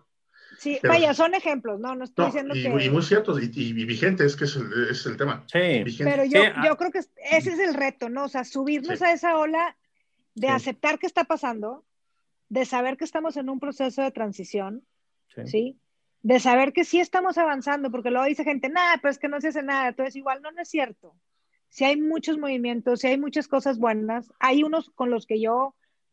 Sí, Pero, vaya, son ejemplos, no estoy no, diciendo y que... muy ciertos, y vigentes, que es el tema. Sí, Vigente. Pero sí, yo creo que ese es el reto, ¿no? O sea, subirnos Sí, a esa ola de sí, aceptar qué está pasando, de saber que estamos en un proceso de transición, sí. ¿sí? De saber que sí estamos avanzando, porque luego dice gente, nada, pero es que no se hace nada, entonces igual no es cierto. Si hay muchos movimientos, si hay muchas cosas buenas, hay unos con los que yo,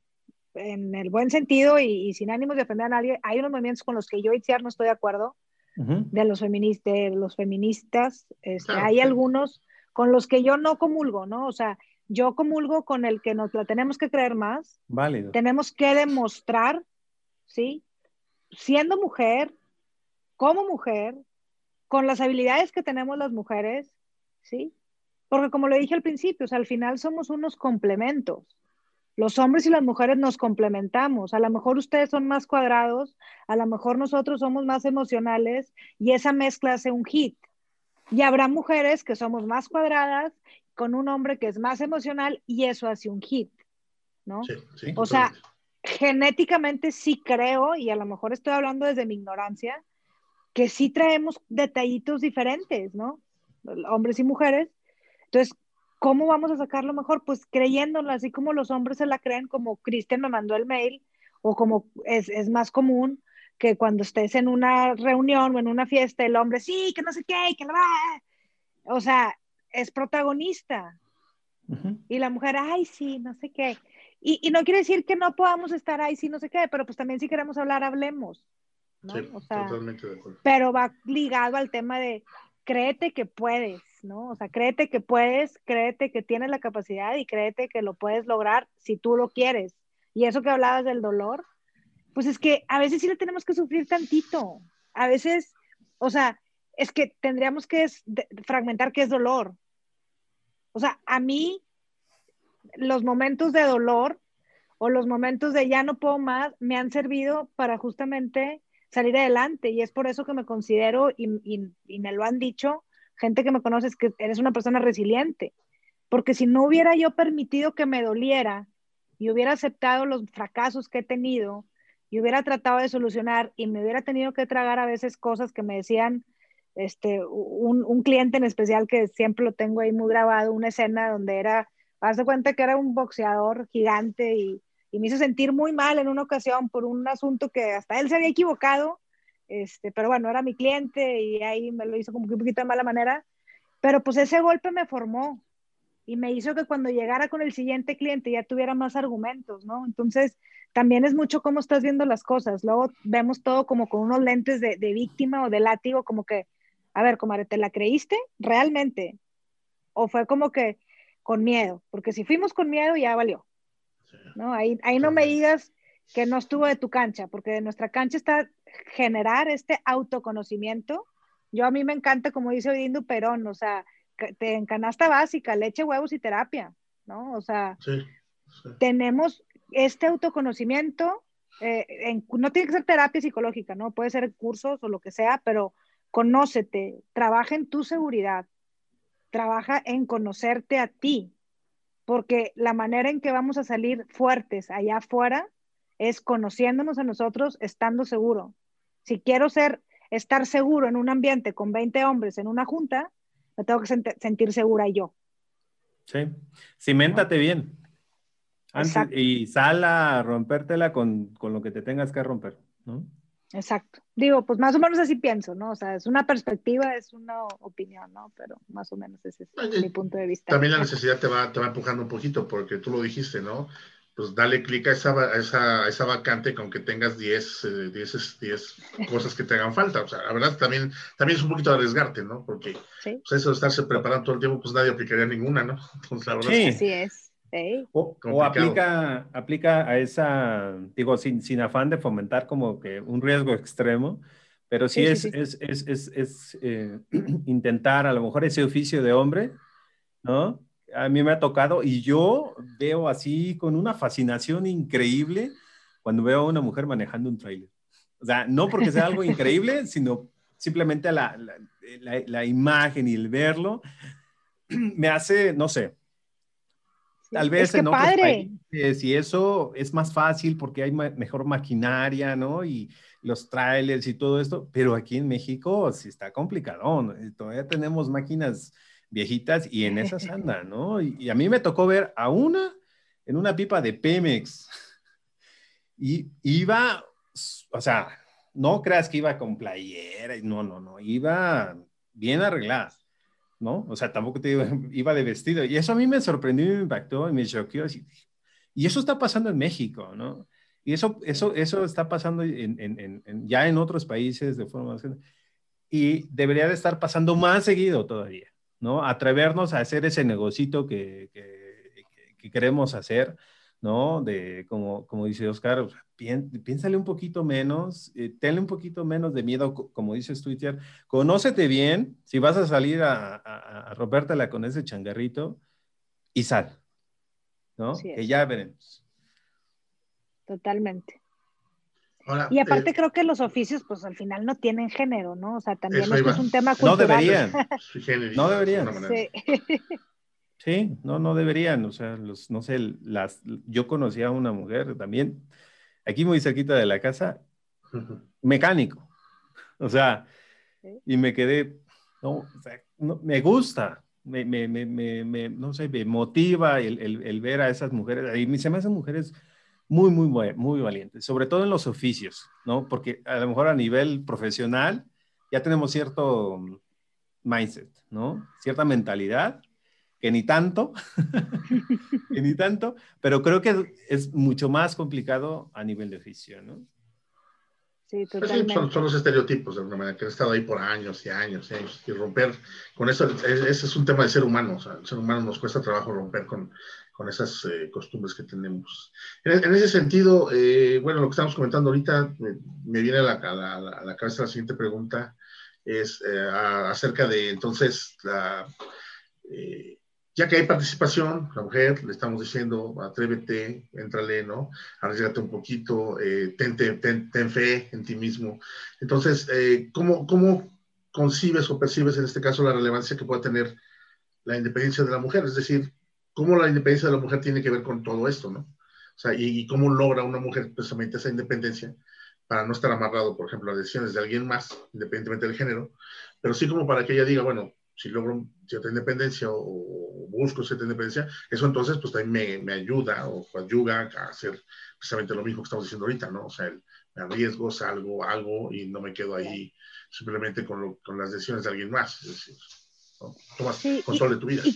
en el buen sentido y sin ánimos de ofender a nadie, hay unos movimientos con los que yo, Itziar, no estoy de acuerdo, Ujú. de los feministas, claro, hay sí. algunos con los que yo no comulgo, ¿no? O sea, yo comulgo con el que nos la tenemos que creer más, Válido. tenemos que demostrar, ¿sí? Siendo mujer, como mujer, con las habilidades que tenemos las mujeres, ¿sí? Porque como le dije al principio, o sea, al final somos unos complementos. Los hombres y las mujeres nos complementamos. A lo mejor ustedes son más cuadrados, a lo mejor nosotros somos más emocionales y esa mezcla hace un hit. Y habrá mujeres que somos más cuadradas con un hombre que es más emocional y eso hace un hit, ¿no? Sí, O sea, totalmente. genéticamente sí creo, y a lo mejor estoy hablando desde mi ignorancia, que sí traemos detallitos diferentes, ¿no? Hombres y mujeres. Entonces, ¿cómo vamos a sacarlo mejor? Pues creyéndolo, así como los hombres se la creen, como Cristian me mandó el mail, o como es más común que cuando estés en una reunión o en una fiesta, el hombre, sí, que no sé qué, que no va. O sea, es protagonista. Ujú. Y la mujer, ay, sí, no sé qué. Y no quiere decir que no podamos estar ahí, sí, no sé qué, pero pues también si queremos hablar, hablemos, Sí, ¿no? O sea, totalmente de acuerdo. pero va ligado al tema de créete que puedes, ¿no? O sea, créete que puedes, créete que tienes la capacidad y créete que lo puedes lograr si tú lo quieres. Y eso que hablabas del dolor, pues es que a veces sí le tenemos que sufrir tantito. A veces, o sea, es que tendríamos que fragmentar qué es dolor. O sea, a mí los momentos de dolor o los momentos de ya no puedo más me han servido para justamente salir adelante y es por eso que me considero y me lo han dicho gente que me conoce es que eres una persona resiliente, porque si no hubiera yo permitido que me doliera y hubiera aceptado los fracasos que he tenido y hubiera tratado de solucionar y me hubiera tenido que tragar a veces cosas que me decían un cliente en especial que siempre lo tengo ahí muy grabado, una escena donde era, haz de cuenta que era un boxeador gigante y me hizo sentir muy mal en una ocasión por un asunto que hasta él se había equivocado, pero bueno, era mi cliente y ahí me lo hizo como que un poquito de mala manera, pero pues ese golpe me formó y me hizo que cuando llegara con el siguiente cliente ya tuviera más argumentos, ¿no? Entonces, también es mucho cómo estás viendo las cosas. Luego vemos todo como con unos lentes de víctima o de látigo, como que, a ver, comadre, ¿te la creíste realmente? ¿O fue como que con miedo? Porque si fuimos con miedo, ya valió, Sí, ¿no? Ahí no me totalmente. digas que no estuvo de tu cancha, porque de nuestra cancha está generar este autoconocimiento. Yo a mí me encanta, como dice Odín Perón, o sea, en canasta básica, leche, huevos y terapia, ¿no? O sea, Sí, sí. tenemos este autoconocimiento, no tiene que ser terapia psicológica, ¿no? Puede ser cursos o lo que sea, pero conócete, trabaja en tu seguridad, trabaja en conocerte a ti, porque la manera en que vamos a salir fuertes allá afuera es conociéndonos a nosotros, estando seguro. Si quiero estar seguro en un ambiente con 20 hombres en una junta, me tengo que sentir segura yo, Sí, ¿no? ciméntate bien antes Exacto, y sal a rompértela con lo que te tengas que romper, ¿no? exacto. Digo, pues más o menos así pienso, ¿no? O sea, es una perspectiva, es una opinión, ¿no? Pero más o menos ese es mi punto de vista. También la necesidad te va empujando un poquito, porque tú lo dijiste, ¿no? Pues dale clic a esa vacante con que tengas 10 cosas que te hagan falta. O sea, la verdad también es un poquito arriesgarte, ¿no? Porque Sí, pues eso de estarse preparando todo el tiempo, pues nadie aplicaría ninguna, ¿no? Entonces, la verdad es que Sí, así es. Sí, o complicado. aplica a esa, digo, sin afán de fomentar como que un riesgo extremo, pero sí sí, sí, sí. intentar a lo mejor ese oficio de hombre, ¿no? A mí me ha tocado y yo veo así con una fascinación increíble cuando veo a una mujer manejando un tráiler. O sea, no porque sea algo increíble, sino simplemente la imagen y el verlo me hace, no sé, tal Sí, es vez que en otros padre. países y eso es más fácil porque hay mejor maquinaria, ¿no? Y los trailers y todo esto, pero aquí en México sí está complicado, ¿no? Todavía tenemos máquinas viejitas y en esas andan, ¿no? Y a mí me tocó ver a una en una pipa de Pemex y iba, o sea, no creas que iba con playera, no, no, no, iba bien arreglada. ¿No? O sea, tampoco te digo, iba de vestido. Y eso a mí me sorprendió y me impactó y me choqueó. Y eso está pasando en México, ¿no? Y eso está pasando ya en otros países de forma más grande. Y debería de estar pasando más seguido todavía, ¿no? Atrevernos a hacer ese negocito que queremos hacer, ¿no? De, como dice Oscar, o sea, piénsale un poquito menos, tenle un poquito menos de miedo, como dices Twitter, conócete bien, si vas a salir a rompértela con ese changarrito y sal, ¿no? Así Que es, ya veremos. totalmente. Ahora, Y aparte creo que los oficios, pues al final no tienen género, ¿no? O sea, también eso esto es iba. un tema No cultural. Es deberían, sui generis, no de alguna deberían. manera. Sí. Sí, no, no deberían, o sea, no sé, yo conocí a una mujer también, aquí muy cerquita de la casa, mecánico, o sea, y me quedé, no, o sea, me gusta, no sé, me motiva el ver a esas mujeres, y se me hacen mujeres muy valientes, sobre todo en los oficios, ¿no? Porque a lo mejor a nivel profesional ya tenemos cierto mindset, ¿no? Cierta mentalidad que ni tanto, que ni tanto, pero creo que es mucho más complicado a nivel de oficio, ¿no? Sí, Pues sí, son totalmente. los estereotipos de alguna manera, que han estado ahí por años y años y años, y romper con eso, ese es un tema del ser humano, o sea, el ser humano nos cuesta trabajo romper con esas costumbres que tenemos. En ese sentido, bueno, lo que estamos comentando ahorita, me viene a la cabeza la siguiente pregunta, es acerca de entonces eh, ya que hay participación, la mujer, le estamos diciendo, atrévete, éntrale, ¿no? Arriesgate un poquito, ten fe en ti mismo. Entonces, ¿cómo concibes o percibes en este caso la relevancia que pueda tener la independencia de la mujer? Es decir, ¿cómo la independencia de la mujer tiene que ver con todo esto, ¿no? O sea, y cómo logra una mujer precisamente esa independencia para no estar amarrado, por ejemplo, a decisiones de alguien más, independientemente del género, pero sí como para que ella diga, bueno, si logro cierta independencia o busco cierta independencia, eso entonces pues también me ayuda o ayuda a hacer precisamente lo mismo que estamos diciendo ahorita, ¿no? O sea, me arriesgo, salgo, hago y no me quedo ahí simplemente con las decisiones de alguien más. Es decir, ¿no? Tomas Sí, control de tu vida.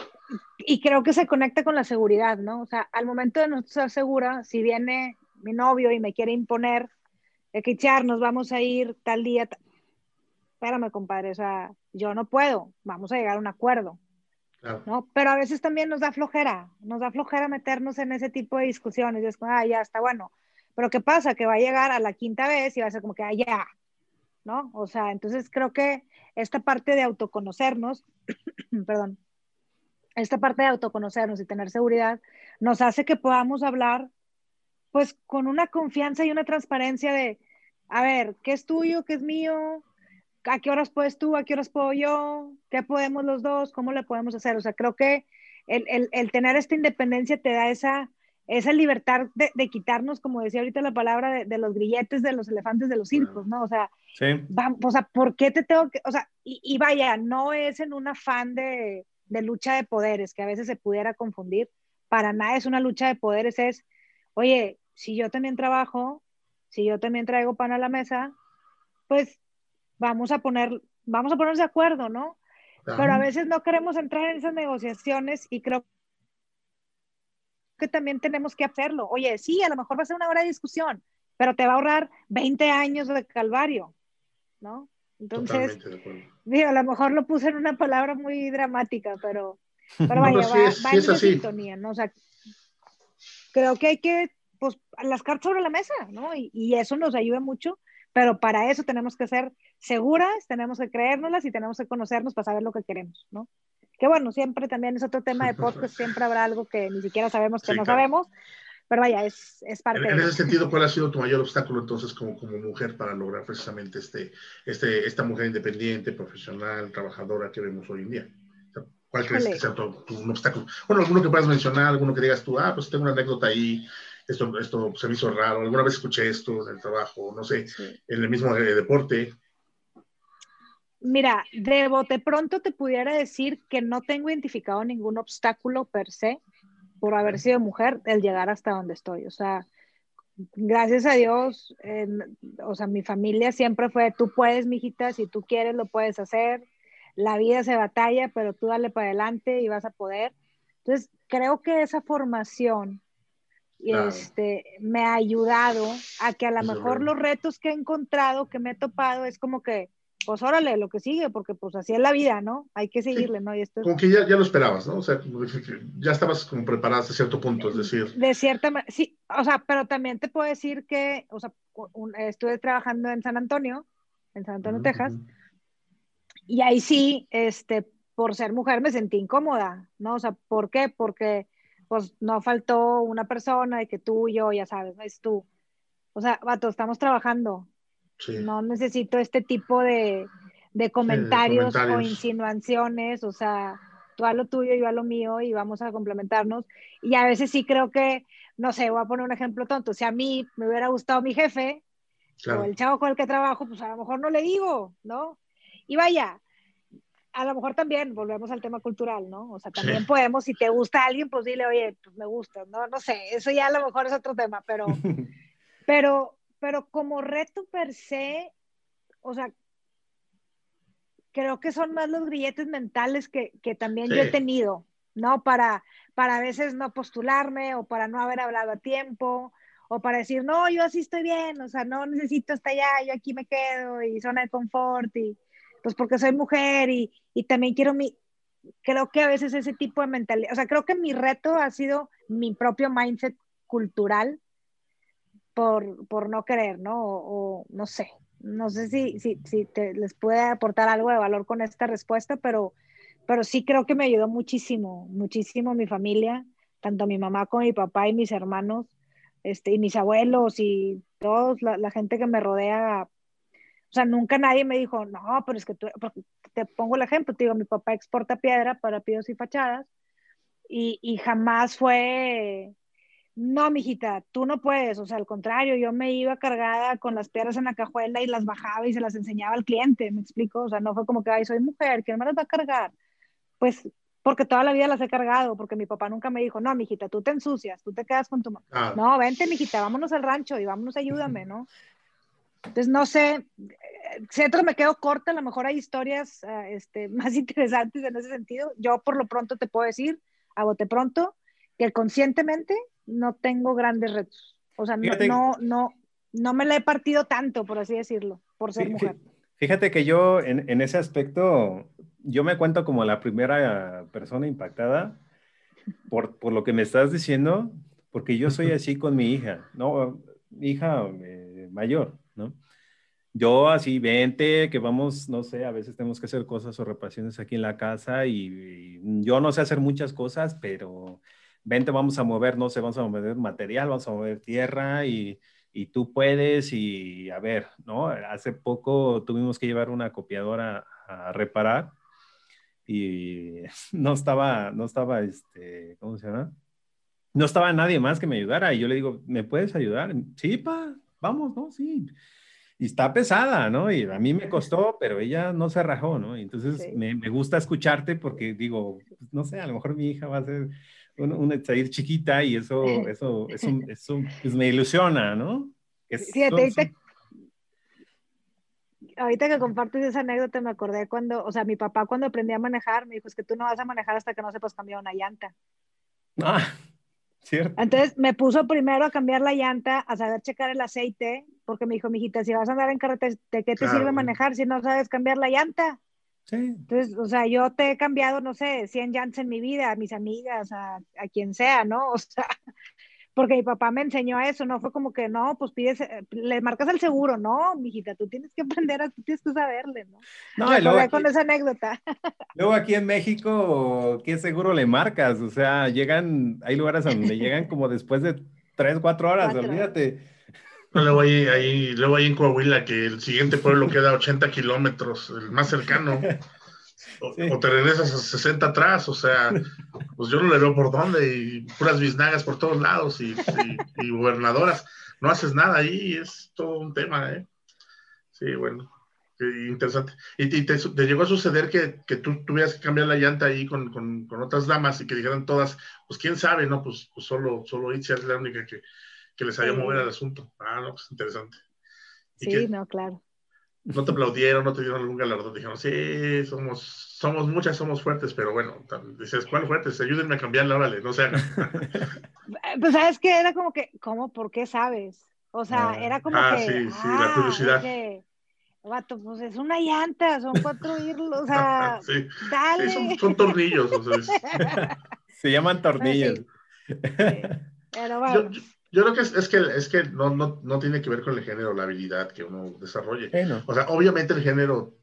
y creo que se conecta con la seguridad, ¿no? O sea, al momento de no estar segura, si viene mi novio y me quiere imponer, de que Char, nos vamos a ir tal día, espérame, compadre, o sea, yo no puedo, vamos a llegar a un acuerdo, Claro. ¿no? Pero a veces también nos da flojera meternos en ese tipo de discusiones, y es como, ah, ya está bueno, pero ¿qué pasa? Que va a llegar a la quinta vez y va a ser como que, ah, ya, ¿no? O sea, entonces creo que esta parte de autoconocernos, perdón, esta parte de autoconocernos y tener seguridad nos hace que podamos hablar pues con una confianza y una transparencia de, a ver, ¿qué es tuyo? ¿Qué es mío? ¿A qué horas puedes tú? ¿A qué horas puedo yo? ¿Qué podemos los dos? ¿Cómo le podemos hacer? O sea, creo que el tener esta independencia te da esa libertad de quitarnos, como decía ahorita la palabra, de los grilletes de los elefantes de los circos, Claro. ¿no? O sea, Sí, o sea, ¿por qué te tengo que, o sea, y vaya, no es en un afán de lucha de poderes, que a veces se pudiera confundir, para nada es una lucha de poderes, es, oye, si yo también trabajo, si yo también traigo pan a la mesa, pues vamos a ponernos de acuerdo, ¿no? Pero a Claro. veces no queremos entrar en esas negociaciones y creo que también tenemos que hacerlo. Oye, sí, a lo mejor va a ser una hora de discusión, pero te va a ahorrar 20 años de calvario, ¿no? Entonces, Totalmente de acuerdo. digo, a lo mejor lo puse en una palabra muy dramática, pero No, pero vaya, va sí en es esa así. sintonía, ¿no? O sea, creo que hay que, pues, las cartas sobre la mesa, ¿no? Y eso nos ayuda mucho, pero para eso tenemos que ser seguras, tenemos que creérnoslas y tenemos que conocernos para saber lo que queremos, ¿no? que bueno, siempre también es otro tema de podcast, siempre habrá algo que ni siquiera sabemos que Sí, no claro. sabemos, pero vaya, es parte En de... ese sentido, ¿cuál ha sido tu mayor obstáculo entonces como mujer para lograr precisamente esta mujer independiente, profesional, trabajadora que vemos hoy en día? O sea, ¿cuál crees que Híjole, sea un obstáculo? Bueno, alguno que puedas mencionar, alguno que digas tú, pues tengo una anécdota ahí, esto se me hizo raro, alguna vez escuché esto en el trabajo, no sé, sí. en el mismo deporte. Mira, de bote pronto te pudiera decir que no tengo identificado ningún obstáculo per se por haber ¿Eh? sido mujer, el llegar hasta donde estoy. O sea, gracias a Dios, o sea, mi familia siempre fue, tú puedes, mijita, si tú quieres lo puedes hacer, la vida se batalla, pero tú dale para adelante y vas a poder. Entonces, creo que esa formación Claro, me ha ayudado a que a lo desde mejor luego. los retos que he encontrado, que me he topado, es como que, pues órale, lo que sigue, porque pues así es la vida, ¿no? Hay que Sí, seguirle, ¿no? Y esto es como que ya lo esperabas, ¿no? O sea, como que ya estabas como preparada hasta cierto punto, es decir, de cierta manera, sí, o sea, pero también te puedo decir que, o sea, estuve trabajando en San Antonio, Texas, uh-huh. y ahí sí, por ser mujer me sentí incómoda, ¿no? O sea, ¿por qué? Porque pues no faltó una persona de que tú y yo, ya sabes, no es tú. O sea, vato, estamos trabajando. Sí, No necesito este tipo de sí, de comentarios o comentarios. insinuaciones. O sea, tú a lo tuyo, yo a lo mío y vamos a complementarnos. Y a veces sí creo que, no sé, voy a poner un ejemplo tonto. Si a mí me hubiera gustado mi jefe o Claro, el chavo con el que trabajo, pues a lo mejor no le digo, ¿no? Y vaya, a lo mejor también volvemos al tema cultural, ¿no? O sea, sí, también podemos, si te gusta alguien, pues dile, oye, pues me gusta, ¿no? No sé, eso ya a lo mejor es otro tema, pero como reto per se, o sea, creo que son más los grilletes mentales que también yo he sí, tenido, ¿no? Para a veces no postularme o para no haber hablado a tiempo o para decir, no, yo así estoy bien, o sea, no necesito hasta allá, yo aquí me quedo y zona de confort y pues porque soy mujer y también quiero creo que a veces ese tipo de mentalidad, o sea, creo que mi reto ha sido mi propio mindset cultural por no querer, ¿no? O no sé, no sé si les puede aportar algo de valor con esta respuesta, pero sí creo que me ayudó muchísimo, muchísimo mi familia, tanto mi mamá como mi papá y mis hermanos, y mis abuelos y todos, la gente que me rodea. O sea, nunca nadie me dijo, no, pero es que tú, porque te pongo el ejemplo, te digo, mi papá exporta piedra para pisos y fachadas y jamás fue, no, mijita, tú no puedes, o sea, al contrario, yo me iba cargada con las piedras en la cajuela y las bajaba y se las enseñaba al cliente, ¿me explico? O sea, no fue como que, ay, soy mujer, ¿quién me las va a cargar? Pues porque toda la vida las he cargado, porque mi papá nunca me dijo, no, mijita, tú te ensucias, tú te quedas con tu mamá. claro. No, vente, mijita, vámonos al rancho y vámonos, ayúdame, ¿no? Entonces, no sé, siento me quedo corta, a lo mejor hay historias más interesantes en ese sentido. Yo por lo pronto te puedo decir, a bote pronto, que conscientemente no tengo grandes retos. O sea, Fíjate, no me la he partido tanto, por así decirlo, por ser fí- mujer. fí- fíjate que yo en ese aspecto, yo me cuento como la primera persona impactada por lo que me estás diciendo, porque yo soy así con mi hija, ¿no? Mi hija mayor, ¿no? Yo así, vente, que vamos, no sé, a veces tenemos que hacer cosas o reparaciones aquí en la casa y yo no sé hacer muchas cosas, pero vente, vamos a mover, no sé, vamos a mover material, vamos a mover tierra y tú puedes y a ver, ¿no? Hace poco tuvimos que llevar una copiadora a reparar y ¿cómo se llama? No estaba nadie más que me ayudara y yo le digo, ¿me puedes ayudar? Sí, pa, vamos, ¿no? Sí. Y está pesada, ¿no? Y a mí me costó, pero ella no se rajó, ¿no? Y entonces Sí. me gusta escucharte porque digo, pues, no sé, a lo mejor mi hija va a ser una chiquita y pues me ilusiona, ¿no? Fíjate, ahorita que compartes esa anécdota me acordé cuando, o sea, mi papá cuando aprendí a manejar me dijo, es que tú no vas a manejar hasta que no sepas cambiar una llanta. Ah, cierto. Entonces me puso primero a cambiar la llanta, a saber checar el aceite, porque me dijo, mijita, si vas a andar en carretera, ¿de qué te sirve Claro, ¿eh? manejar si no sabes cambiar la llanta? Sí, Entonces, o sea, yo te he cambiado, no sé, 100 llantas en mi vida, a mis amigas, a quien sea, ¿no? O sea, porque mi papá me enseñó eso, no fue como que, no, pues pides, le marcas el seguro, no, mijita, tú tienes que aprender, tú tienes que saberle, ¿no? No, Me y luego acordé con aquí, esa anécdota. luego aquí en México, ¿qué seguro le marcas? O sea, hay lugares a donde llegan como después de 3, 4 horas, 4. olvídate. Luego ahí en Coahuila, que el siguiente pueblo queda a 80 kilómetros, el más cercano, o Sí. te regresas a 60 atrás, o sea, pues yo no le veo por dónde, y puras biznagas por todos lados, y gobernadoras, no haces nada ahí, es todo un tema, ¿eh? Sí, bueno, qué interesante. ¿Y te llegó a suceder que tú tuvieras que cambiar la llanta ahí con otras damas y que dijeran todas, pues quién sabe, ¿no? Pues solo Itzia es la única que les sabía mover Sí, al asunto. Ah, no, pues interesante. ¿Y sí, que no, claro. no te aplaudieron, no te dieron algún galardón? Dijeron, sí, somos muchas, somos fuertes, pero bueno, dices, ¿cuál fuertes? Ayúdenme a cambiarla, órale, no se hagan. Pues sabes que era como que, ¿cómo? ¿Por qué sabes? O sea, era como que, Sí, la curiosidad. dije, vato, pues es una llanta, son 4 hilos, o sea, Sí, sí, son, dale. son tornillos, o sea, Se llaman Pues tornillos. sí, sí, pero Yo, bueno, yo, yo creo que es que no tiene que ver con el género, la habilidad que uno desarrolle. Bueno, O sea, obviamente el género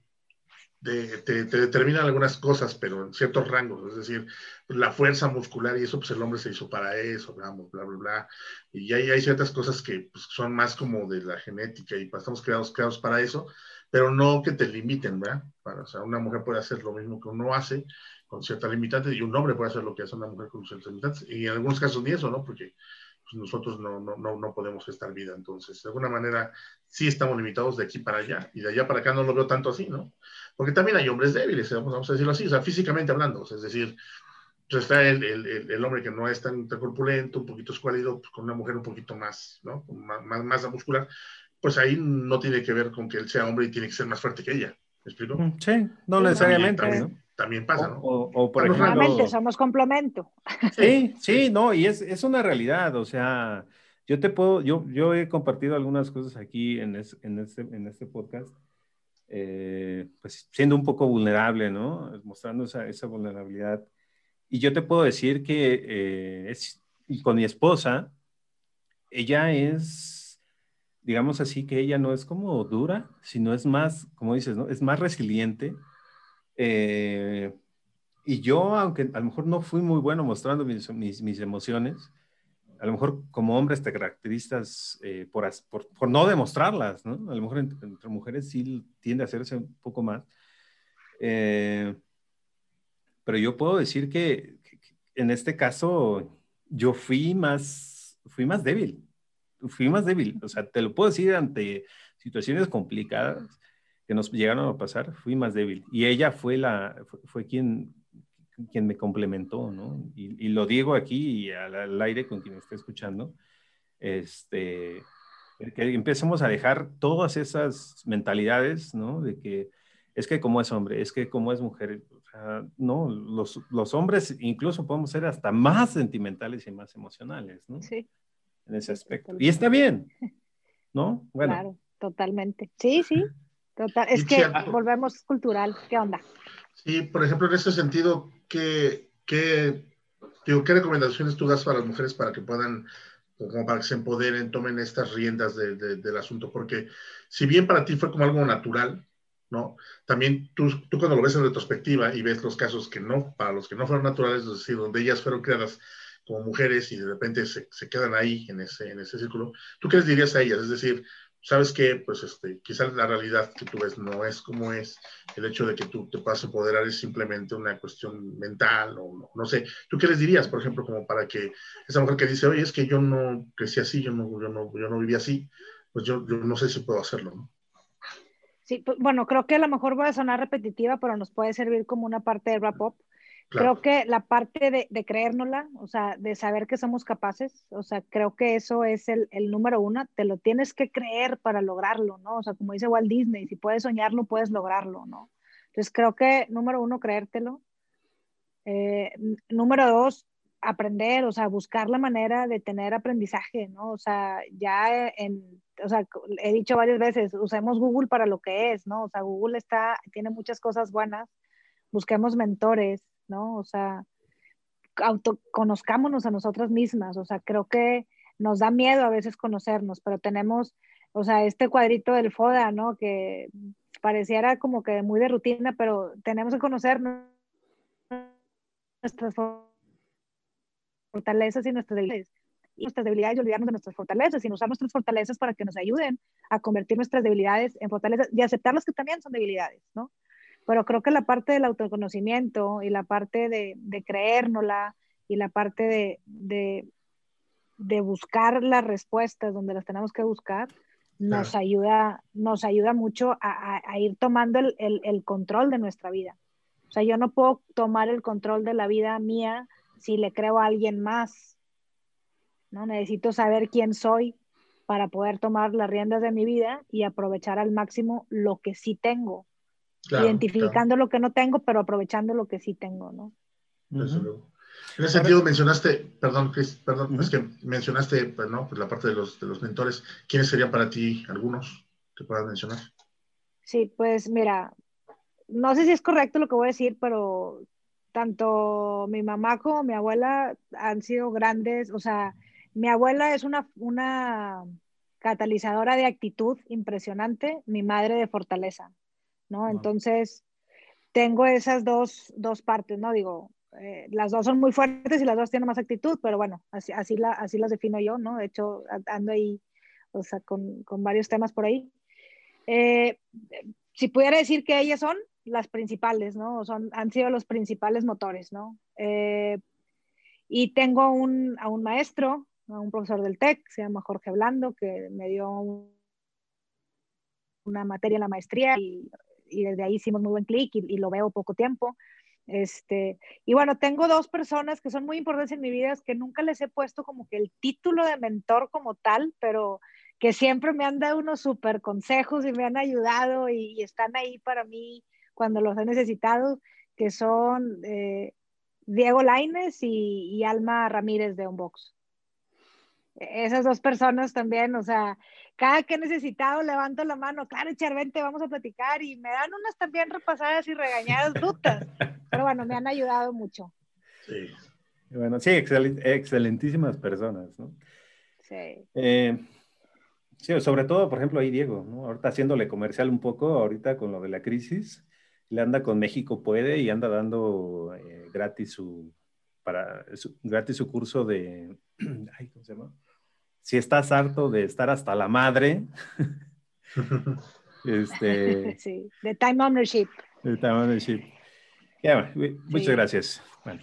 te determina algunas cosas, pero en ciertos rangos. Es decir, la fuerza muscular y eso, pues el hombre se hizo para eso, vamos, bla, bla, bla. Y hay ciertas cosas que pues, son más como de la genética y estamos creados para eso, pero no que te limiten, ¿verdad? O sea, una mujer puede hacer lo mismo que uno hace con ciertas limitantes y un hombre puede hacer lo que hace una mujer con ciertas limitantes. Y en algunos casos ni eso, ¿no? Porque pues, nosotros no podemos estar vida. Entonces, de alguna manera, sí estamos limitados de aquí para allá y de allá para acá no lo veo tanto así, ¿no? Porque también hay hombres débiles, vamos a decirlo así, o sea, físicamente hablando, o sea, es decir, pues está el hombre que no es tan corpulento, un poquito escuálido, pues con una mujer un poquito más, ¿no? Con más masa muscular, pues ahí no tiene que ver con que él sea hombre y tiene que ser más fuerte que ella, ¿me explico? sí, no sí, no, También, necesariamente, pues, ¿no? también pasa, ¿no? Por Están los nuevamente rangos. ejemplo, somos complemento. Sí, sí, sí. sí, no, y es una realidad, o sea, yo he compartido algunas cosas aquí en este podcast, pues siendo un poco vulnerable, ¿no? Mostrando esa vulnerabilidad. Y yo te puedo decir que y con mi esposa, ella es, digamos así, que ella no es como dura, sino es más, como dices, ¿no? Es más resiliente. Eh, y yo, aunque a lo mejor no fui muy bueno mostrando mis emociones, a lo mejor como hombres te caracterizas por no demostrarlas, ¿no? A lo mejor entre mujeres sí tiende a hacerse un poco más. Eh, pero yo puedo decir que en este caso yo fui más débil. Fui más débil. O sea, te lo puedo decir ante situaciones complicadas que nos llegaron a pasar, fui más débil. Y ella fue quien me complementó, ¿no? Y lo digo aquí y al aire con quien esté escuchando, este, que empecemos a dejar todas esas mentalidades, ¿no? De que es que como es hombre, es que como es mujer, o sea, no, los hombres incluso podemos ser hasta más sentimentales y más emocionales, ¿no? Sí, En ese sí, aspecto. Y está totalmente. bien, ¿no? Bueno, Claro, totalmente. Sí, sí, total. Es Y si, que volvemos cultural. ¿Qué onda? sí, por ejemplo, en ese sentido, ¿qué recomendaciones tú das para las mujeres para que puedan, como para que se empoderen, tomen estas riendas del asunto? Porque si bien para ti fue como algo natural, ¿no? También tú cuando lo ves en retrospectiva y ves los casos que no, para los que no fueron naturales, es decir, donde ellas fueron creadas como mujeres y de repente se quedan ahí en ese círculo, ¿tú qué les dirías a ellas? Es decir, ¿sabes qué? Pues quizás la realidad que tú ves no es como es, el hecho de que tú te puedas empoderar es simplemente una cuestión mental o no sé. ¿Tú qué les dirías, por ejemplo, como para que esa mujer que dice, oye, es que yo no crecí así, yo no viví así, pues yo no sé si puedo hacerlo, ¿no? Sí, pues, bueno, creo que a lo mejor voy a sonar repetitiva, pero nos puede servir como una parte de wrap up. Claro. Creo que la parte de creérnosla, o sea, de saber que somos capaces, o sea, creo que eso es el número uno, te lo tienes que creer para lograrlo, ¿no? O sea, como dice Walt Disney, si puedes soñarlo, puedes lograrlo, ¿no? Entonces creo que número uno, creértelo. Número dos, aprender, o sea, buscar la manera de tener aprendizaje, ¿no? O sea, o sea, he dicho varias veces, usemos Google para lo que es, ¿no? O sea, Google tiene muchas cosas buenas, busquemos mentores, ¿no? O sea, autoconozcámonos a nosotras mismas, o sea, creo que nos da miedo a veces conocernos, pero tenemos, o sea, este cuadrito del FODA, ¿no? Que pareciera como que muy de rutina, pero tenemos que conocer nuestras fortalezas y nuestras debilidades. Y nuestras debilidades y olvidarnos de nuestras fortalezas, y usar nuestras fortalezas para que nos ayuden a convertir nuestras debilidades en fortalezas y aceptarlas que también son debilidades, ¿no? Pero creo que la parte del autoconocimiento y la parte de creérnosla y la parte de buscar las respuestas donde las tenemos que buscar, nos ayuda mucho a ir tomando el control de nuestra vida. O sea, yo no puedo tomar el control de la vida mía si le creo a alguien más, ¿no? Necesito saber quién soy para poder tomar las riendas de mi vida y aprovechar al máximo lo que sí tengo, identificando lo que no tengo, pero aprovechando lo que sí tengo, ¿no? Desde luego. En ese sentido mencionaste, perdón, Chris, perdón, es que mencionaste, pues, ¿no? Pues la parte de los mentores. ¿Quiénes serían para ti algunos que puedas mencionar? Sí, pues mira, no sé si es correcto lo que voy a decir, pero tanto mi mamá como mi abuela han sido grandes, o sea, mi abuela es una catalizadora de actitud impresionante, mi madre de fortaleza, ¿no? Wow. Entonces, tengo esas dos partes, ¿no? Digo, las dos son muy fuertes y las dos tienen más actitud, pero bueno, así las defino yo, ¿no? De hecho, ando ahí, o sea, con varios temas por ahí. Si pudiera decir que ellas son las principales, ¿no? Han sido los principales motores, ¿no? Y tengo a un maestro, a un profesor del TEC, se llama Jorge Blando, que me dio una materia en la maestría y desde ahí hicimos muy buen clic y lo veo poco tiempo. Y bueno, tengo dos personas que son muy importantes en mi vida, que nunca les he puesto como que el título de mentor como tal, pero que siempre me han dado unos súper consejos y me han ayudado y están ahí para mí cuando los he necesitado, que son Diego Lainez y Alma Ramírez de Unbox. Esas dos personas también, o sea, cada que he necesitado levanto la mano, claro, Charvente, vamos a platicar, y me dan unas también repasadas y regañadas brutas, pero bueno, me han ayudado mucho. Sí. Bueno, sí, excelentísimas personas, ¿no? Sí. Sí, sobre todo, por ejemplo, ahí Diego, ¿no? Ahorita haciéndole comercial un poco, ahorita con lo de la crisis, le anda con México Puede y anda dando gratis su curso de, ay, ¿cómo se llama? Si estás harto de estar hasta la madre, Sí, de time ownership. de time ownership. Yeah, muchas Sí. gracias. Bueno,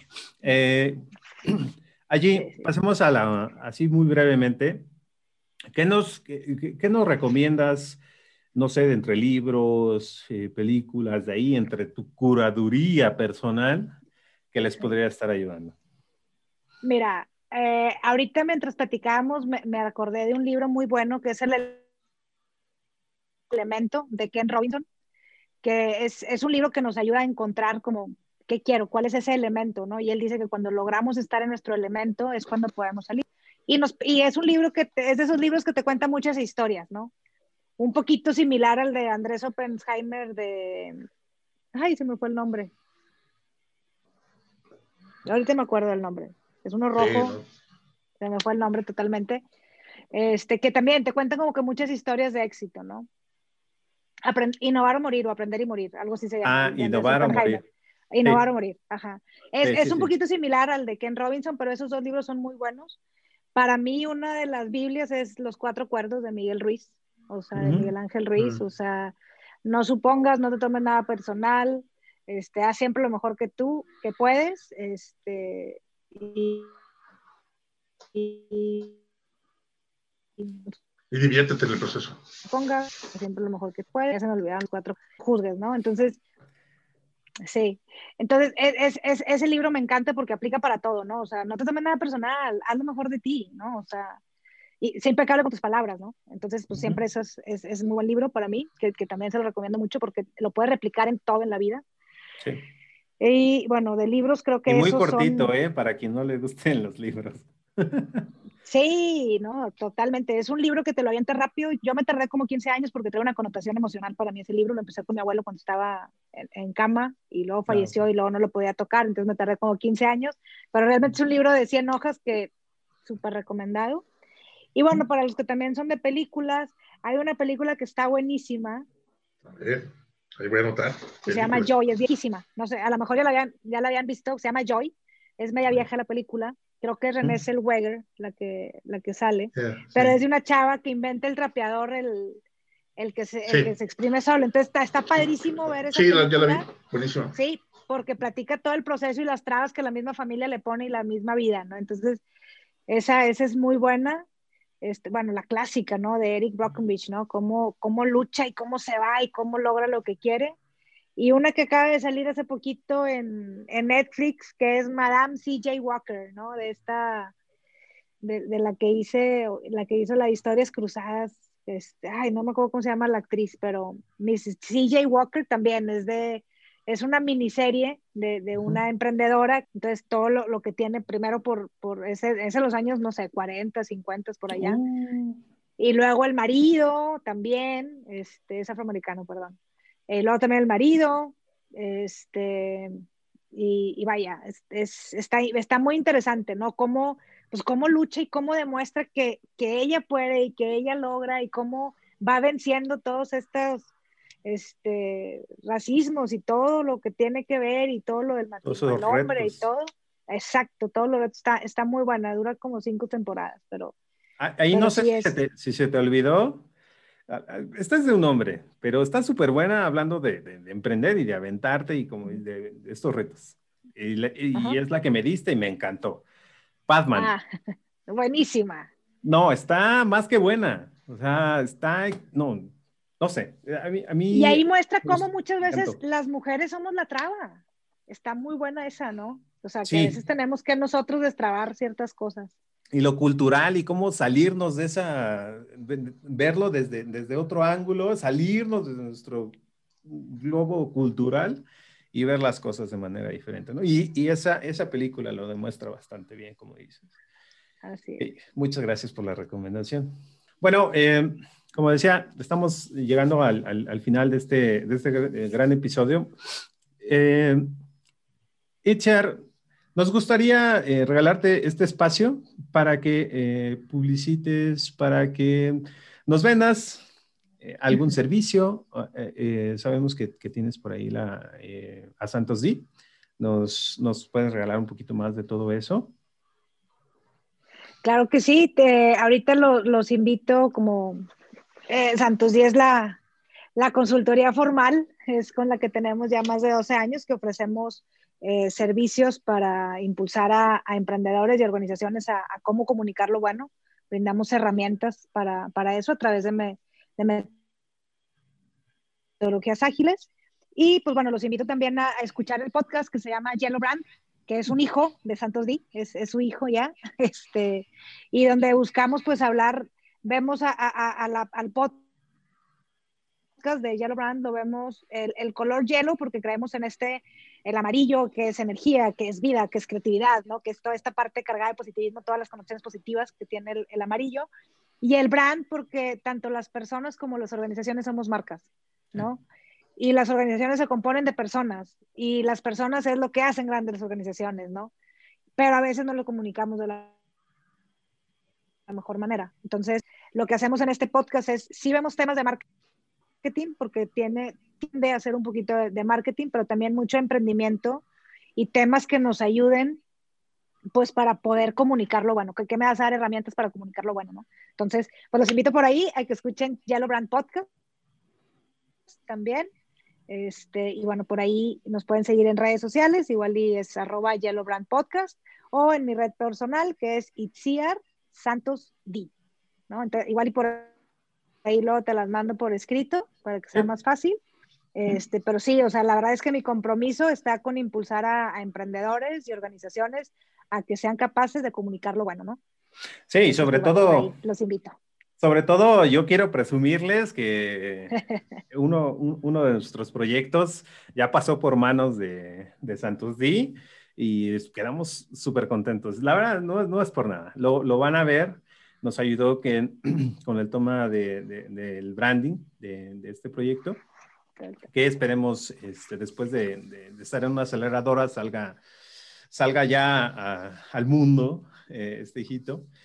allí Sí. pasemos así muy brevemente. ¿Qué nos recomiendas, no sé, de entre libros, películas, de ahí, entre tu curaduría personal, que les podría estar ayudando? Mira, ahorita mientras platicábamos me acordé de un libro muy bueno que es El Elemento de Ken Robinson, que es un libro que nos ayuda a encontrar como qué quiero, cuál es ese elemento, ¿no? Y él dice que cuando logramos estar en nuestro elemento es cuando podemos salir. Y es un libro es de esos libros que te cuenta muchas historias, ¿no? Un poquito similar al de Andrés Oppenheimer ay, se me fue el nombre. Ahorita me acuerdo del nombre. Es uno rojo, Sí, ¿no? se me fue el nombre totalmente. Que también te cuentan como que muchas historias de éxito, ¿no? Innovar o morir, o aprender y morir, algo así se llama, Ah, el de Andrés innovar o Oppenheimer. morir. Innovar Sí, o morir, ajá. sí, Es sí, un sí. poquito similar al de Ken Robinson, pero esos dos libros son muy buenos. Para mí, una de las Biblias es Los Cuatro Cuerdos de Miguel Ruiz, o sea, de Miguel Ángel Ruiz, o sea, no supongas, no te tomes nada personal, haz siempre lo mejor que tú, que puedes, y, y, Y diviértete en el proceso. ponga siempre lo mejor que puedes, ya se me olvidaron los cuatro juzgues, ¿no? Entonces, sí, entonces ese libro me encanta porque aplica para todo, ¿no? O sea, no te tomes nada personal, haz lo mejor de ti, ¿no? O sea, y sé impecable con tus palabras, ¿no? Entonces, pues siempre eso es muy buen libro para mí, que también se lo recomiendo mucho porque lo puedes replicar en todo en la vida. Sí. Y bueno, de libros creo Y que muy esos cortito, son, para quien no le gusten los libros. sí, ¿no? Totalmente. Es un libro que te lo avienta rápido. Yo me tardé como 15 años porque trae una connotación emocional para mí ese libro. Lo empecé con mi abuelo cuando estaba en cama y luego Ah, ok. falleció y luego no lo podía tocar, entonces me tardé como 15 años, pero realmente es un libro de 100 hojas que súper recomendado. Y bueno, para los que también son de películas, hay una película que está buenísima. A ver, ahí voy a anotar. Que se llama Joy, es viejísima. No sé, a lo mejor ya la habían visto, se llama Joy. Es media vieja la película. Creo que es Renée Zellweger la que sale. Pero es de una chava que inventa el trapeador, el que se exprime solo. Entonces está padrísimo ver esa película. Ya la vi. Buenísimo. Sí, porque platica todo el proceso y las trabas que la misma familia le pone y la misma vida, ¿no? Entonces, esa es muy buena. Bueno, la clásica, ¿no? De Eric Brockovich, ¿no? Cómo lucha y cómo se va y cómo logra lo que quiere. Y una que acaba de salir hace poquito en Netflix, que es Madame C.J. Walker, ¿no? De la que hizo las Historias Cruzadas. Ay, no me acuerdo cómo se llama la actriz, pero Miss C.J. Walker también es una miniserie de una emprendedora. Entonces, todo lo que tiene primero ese los años, no sé, 40, 50 por allá. Y luego el marido también, es afroamericano, perdón. Luego también el marido, y vaya, está muy interesante, ¿no? Cómo lucha y cómo demuestra que ella puede y que ella logra y cómo va venciendo todos estos racismos y todo lo que tiene que ver y todo lo del matrimonio del hombre y todo. Exacto, todo lo está muy buena, dura como 5 temporadas, pero... Ahí no sé si se te olvidó. Esta es de un hombre, pero está súper buena hablando de emprender y de aventarte y como de estos retos. Y es la que me diste y me encantó. Padman. Buenísima. No, está más que buena. O sea, no sé. A mí y ahí muestra cómo muchas veces las mujeres somos la traba. Está muy buena esa, ¿no? O sea, que a veces tenemos que nosotros destrabar ciertas cosas. Y lo cultural y cómo salirnos de verlo desde otro ángulo, salirnos de nuestro globo cultural y ver las cosas de manera diferente, ¿no? Y esa película lo demuestra bastante bien, como dices. Así es. Muchas gracias por la recomendación. Bueno, como decía, estamos llegando al final de este gran episodio. Itziar, nos gustaría regalarte este espacio para que publicites, para que nos vendas algún servicio. Sabemos que tienes por ahí a Santos D. ¿Nos puedes regalar un poquito más de todo eso? Claro que sí. Ahorita los invito como Santos D es la consultoría formal, es con la que tenemos ya más de 12 años, que ofrecemos servicios para impulsar a emprendedores y organizaciones a cómo comunicar lo bueno. Brindamos herramientas para eso a través de metodologías ágiles. Y pues bueno, los invito también a escuchar el podcast que se llama Yellow Brand, que es un hijo de Santos D, es su hijo ya, y donde buscamos pues vemos al podcast de Yellow Brand, lo vemos el color yellow porque creemos en el amarillo, que es energía, que es vida, que es creatividad, ¿no? Que es toda esta parte cargada de positivismo, todas las conexiones positivas que tiene el amarillo. Y el brand porque tanto las personas como las organizaciones somos marcas, ¿no? Y las organizaciones se componen de personas y las personas es lo que hacen grandes las organizaciones, ¿no? Pero a veces no lo comunicamos de la mejor manera. Entonces, lo que hacemos en este podcast es, sí vemos temas de marketing, porque tiende a ser un poquito de marketing, pero también mucho emprendimiento y temas que nos ayuden pues para poder comunicarlo bueno, que me vas a dar herramientas para comunicarlo bueno, ¿no? Entonces, pues los invito por ahí a que escuchen Yellow Brand Podcast también, y bueno, por ahí nos pueden seguir en redes sociales, igual y es @Yellow Brand Podcast, o en mi red personal, que es Itziar Santos D, ¿no? Entonces, igual y por ahí luego te las mando por escrito para que sea más fácil. Pero sí, o sea, la verdad es que mi compromiso está con impulsar a emprendedores y organizaciones a que sean capaces de comunicar lo bueno, ¿no? Sí, entonces, sobre todo, ahí los invito. Sobre todo, yo quiero presumirles que uno de nuestros proyectos ya pasó por manos de Santos D y quedamos súper contentos. La verdad, no es por nada. Lo van a ver. Nos ayudó con el toma del branding de este proyecto, que esperemos después de estar en una aceleradora salga ya al mundo este hijito.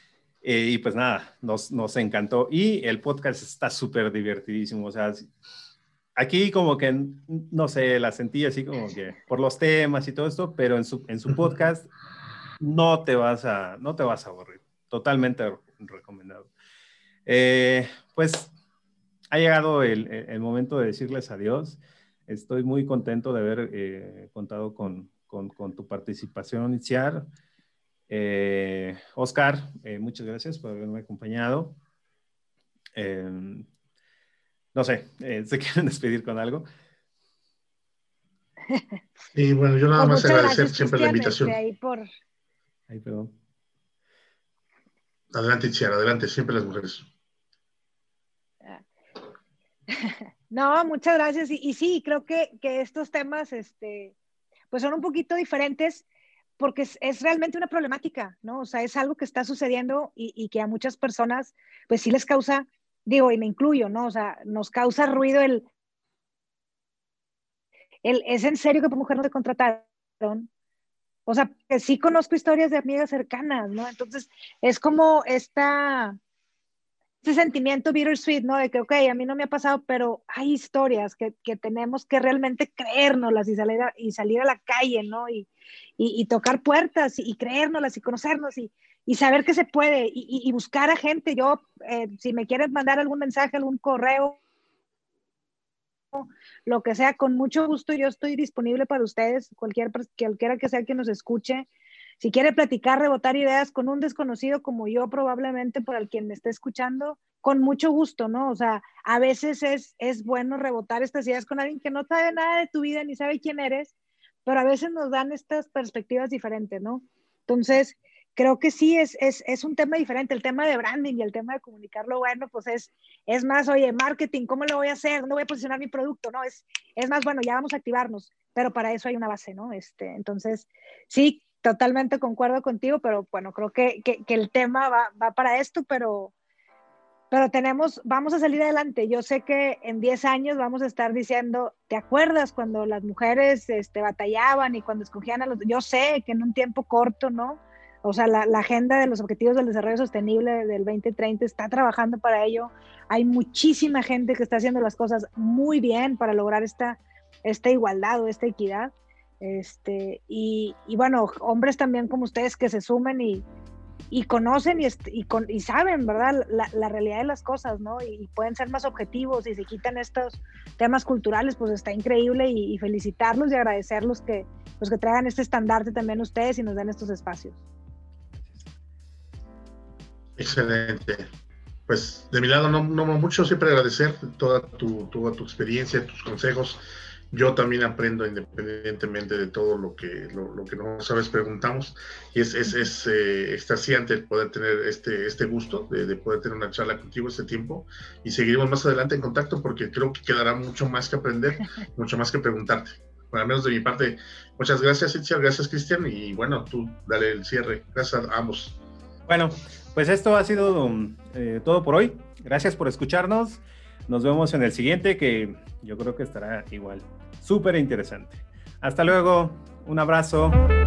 Y pues nada, nos encantó. Y el podcast está súper divertidísimo. O sea, aquí como que, no sé, la sentí así como que por los temas y todo esto, pero en su podcast no te vas a aburrir. Totalmente recomendado. Pues ha llegado el momento de decirles adiós. Estoy muy contento de haber contado con tu participación, Itziar. Oscar, muchas gracias por haberme acompañado. No sé, ¿se quieren despedir con algo? Y bueno, yo nada Pues más muchas agradecer gracias, siempre la Cristian, invitación. Ay, perdón. Adelante, Itziar, adelante, siempre las mujeres. No, muchas gracias. Y sí, creo que estos temas, pues son un poquito diferentes porque es realmente una problemática, ¿no? O sea, es algo que está sucediendo y que a muchas personas, pues sí les causa, digo, y me incluyo, ¿no? O sea, nos causa ruido ¿es en serio que por mujer no te contrataron? O sea, que sí conozco historias de amigas cercanas, ¿no? Entonces, es como este sentimiento bittersweet, ¿no? De que, ok, a mí no me ha pasado, pero hay historias que tenemos que realmente creérnoslas y salir a la calle, ¿no? Y tocar puertas y creérnoslas y conocernos y saber que se puede y buscar a gente. Yo, si me quieres mandar algún mensaje, algún correo, lo que sea, con mucho gusto yo estoy disponible para ustedes, cualquiera que sea quien nos escuche. Si quiere platicar, rebotar ideas con un desconocido como yo, probablemente para el quien me esté escuchando, con mucho gusto, ¿no? O sea, a veces es bueno rebotar estas ideas con alguien que no sabe nada de tu vida ni sabe quién eres, pero a veces nos dan estas perspectivas diferentes, ¿no? Entonces, creo que sí es un tema diferente. El tema de branding y el tema de comunicarlo, bueno, pues es más, oye, marketing, ¿cómo lo voy a hacer? ¿Dónde voy a posicionar mi producto? No, es más, bueno, ya vamos a activarnos, pero para eso hay una base, ¿no? Entonces, sí, totalmente concuerdo contigo, pero bueno, creo que el tema va para esto, pero vamos a salir adelante. Yo sé que en 10 años vamos a estar diciendo, ¿te acuerdas cuando las mujeres batallaban y cuando escogían a los... Yo sé que en un tiempo corto, ¿no? O sea, la agenda de los objetivos del desarrollo sostenible del 2030 está trabajando para ello. Hay muchísima gente que está haciendo las cosas muy bien para lograr esta igualdad o esta equidad. Y bueno, hombres también como ustedes que se sumen y conocen y saben, ¿verdad? La realidad de las cosas, ¿no? Y pueden ser más objetivos y se quitan estos temas culturales, pues está increíble y felicitarlos y agradecerlos que traigan este estandarte también ustedes y nos den estos espacios. Excelente. Pues de mi lado no mucho, siempre agradecer toda tu experiencia, tus consejos. Yo también aprendo independientemente de todo lo que no sabes, preguntamos, y es extasiante el poder tener este gusto de poder tener una charla contigo este tiempo, y seguiremos más adelante en contacto porque creo que quedará mucho más que aprender, mucho más que preguntarte. Bueno, al menos de mi parte, muchas gracias, Itziar, gracias, Cristian, y bueno, tú dale el cierre. Gracias a ambos. Bueno, pues esto ha sido todo por hoy. Gracias por escucharnos. Nos vemos en el siguiente, que yo creo que estará igual súper interesante. Hasta luego. Un abrazo.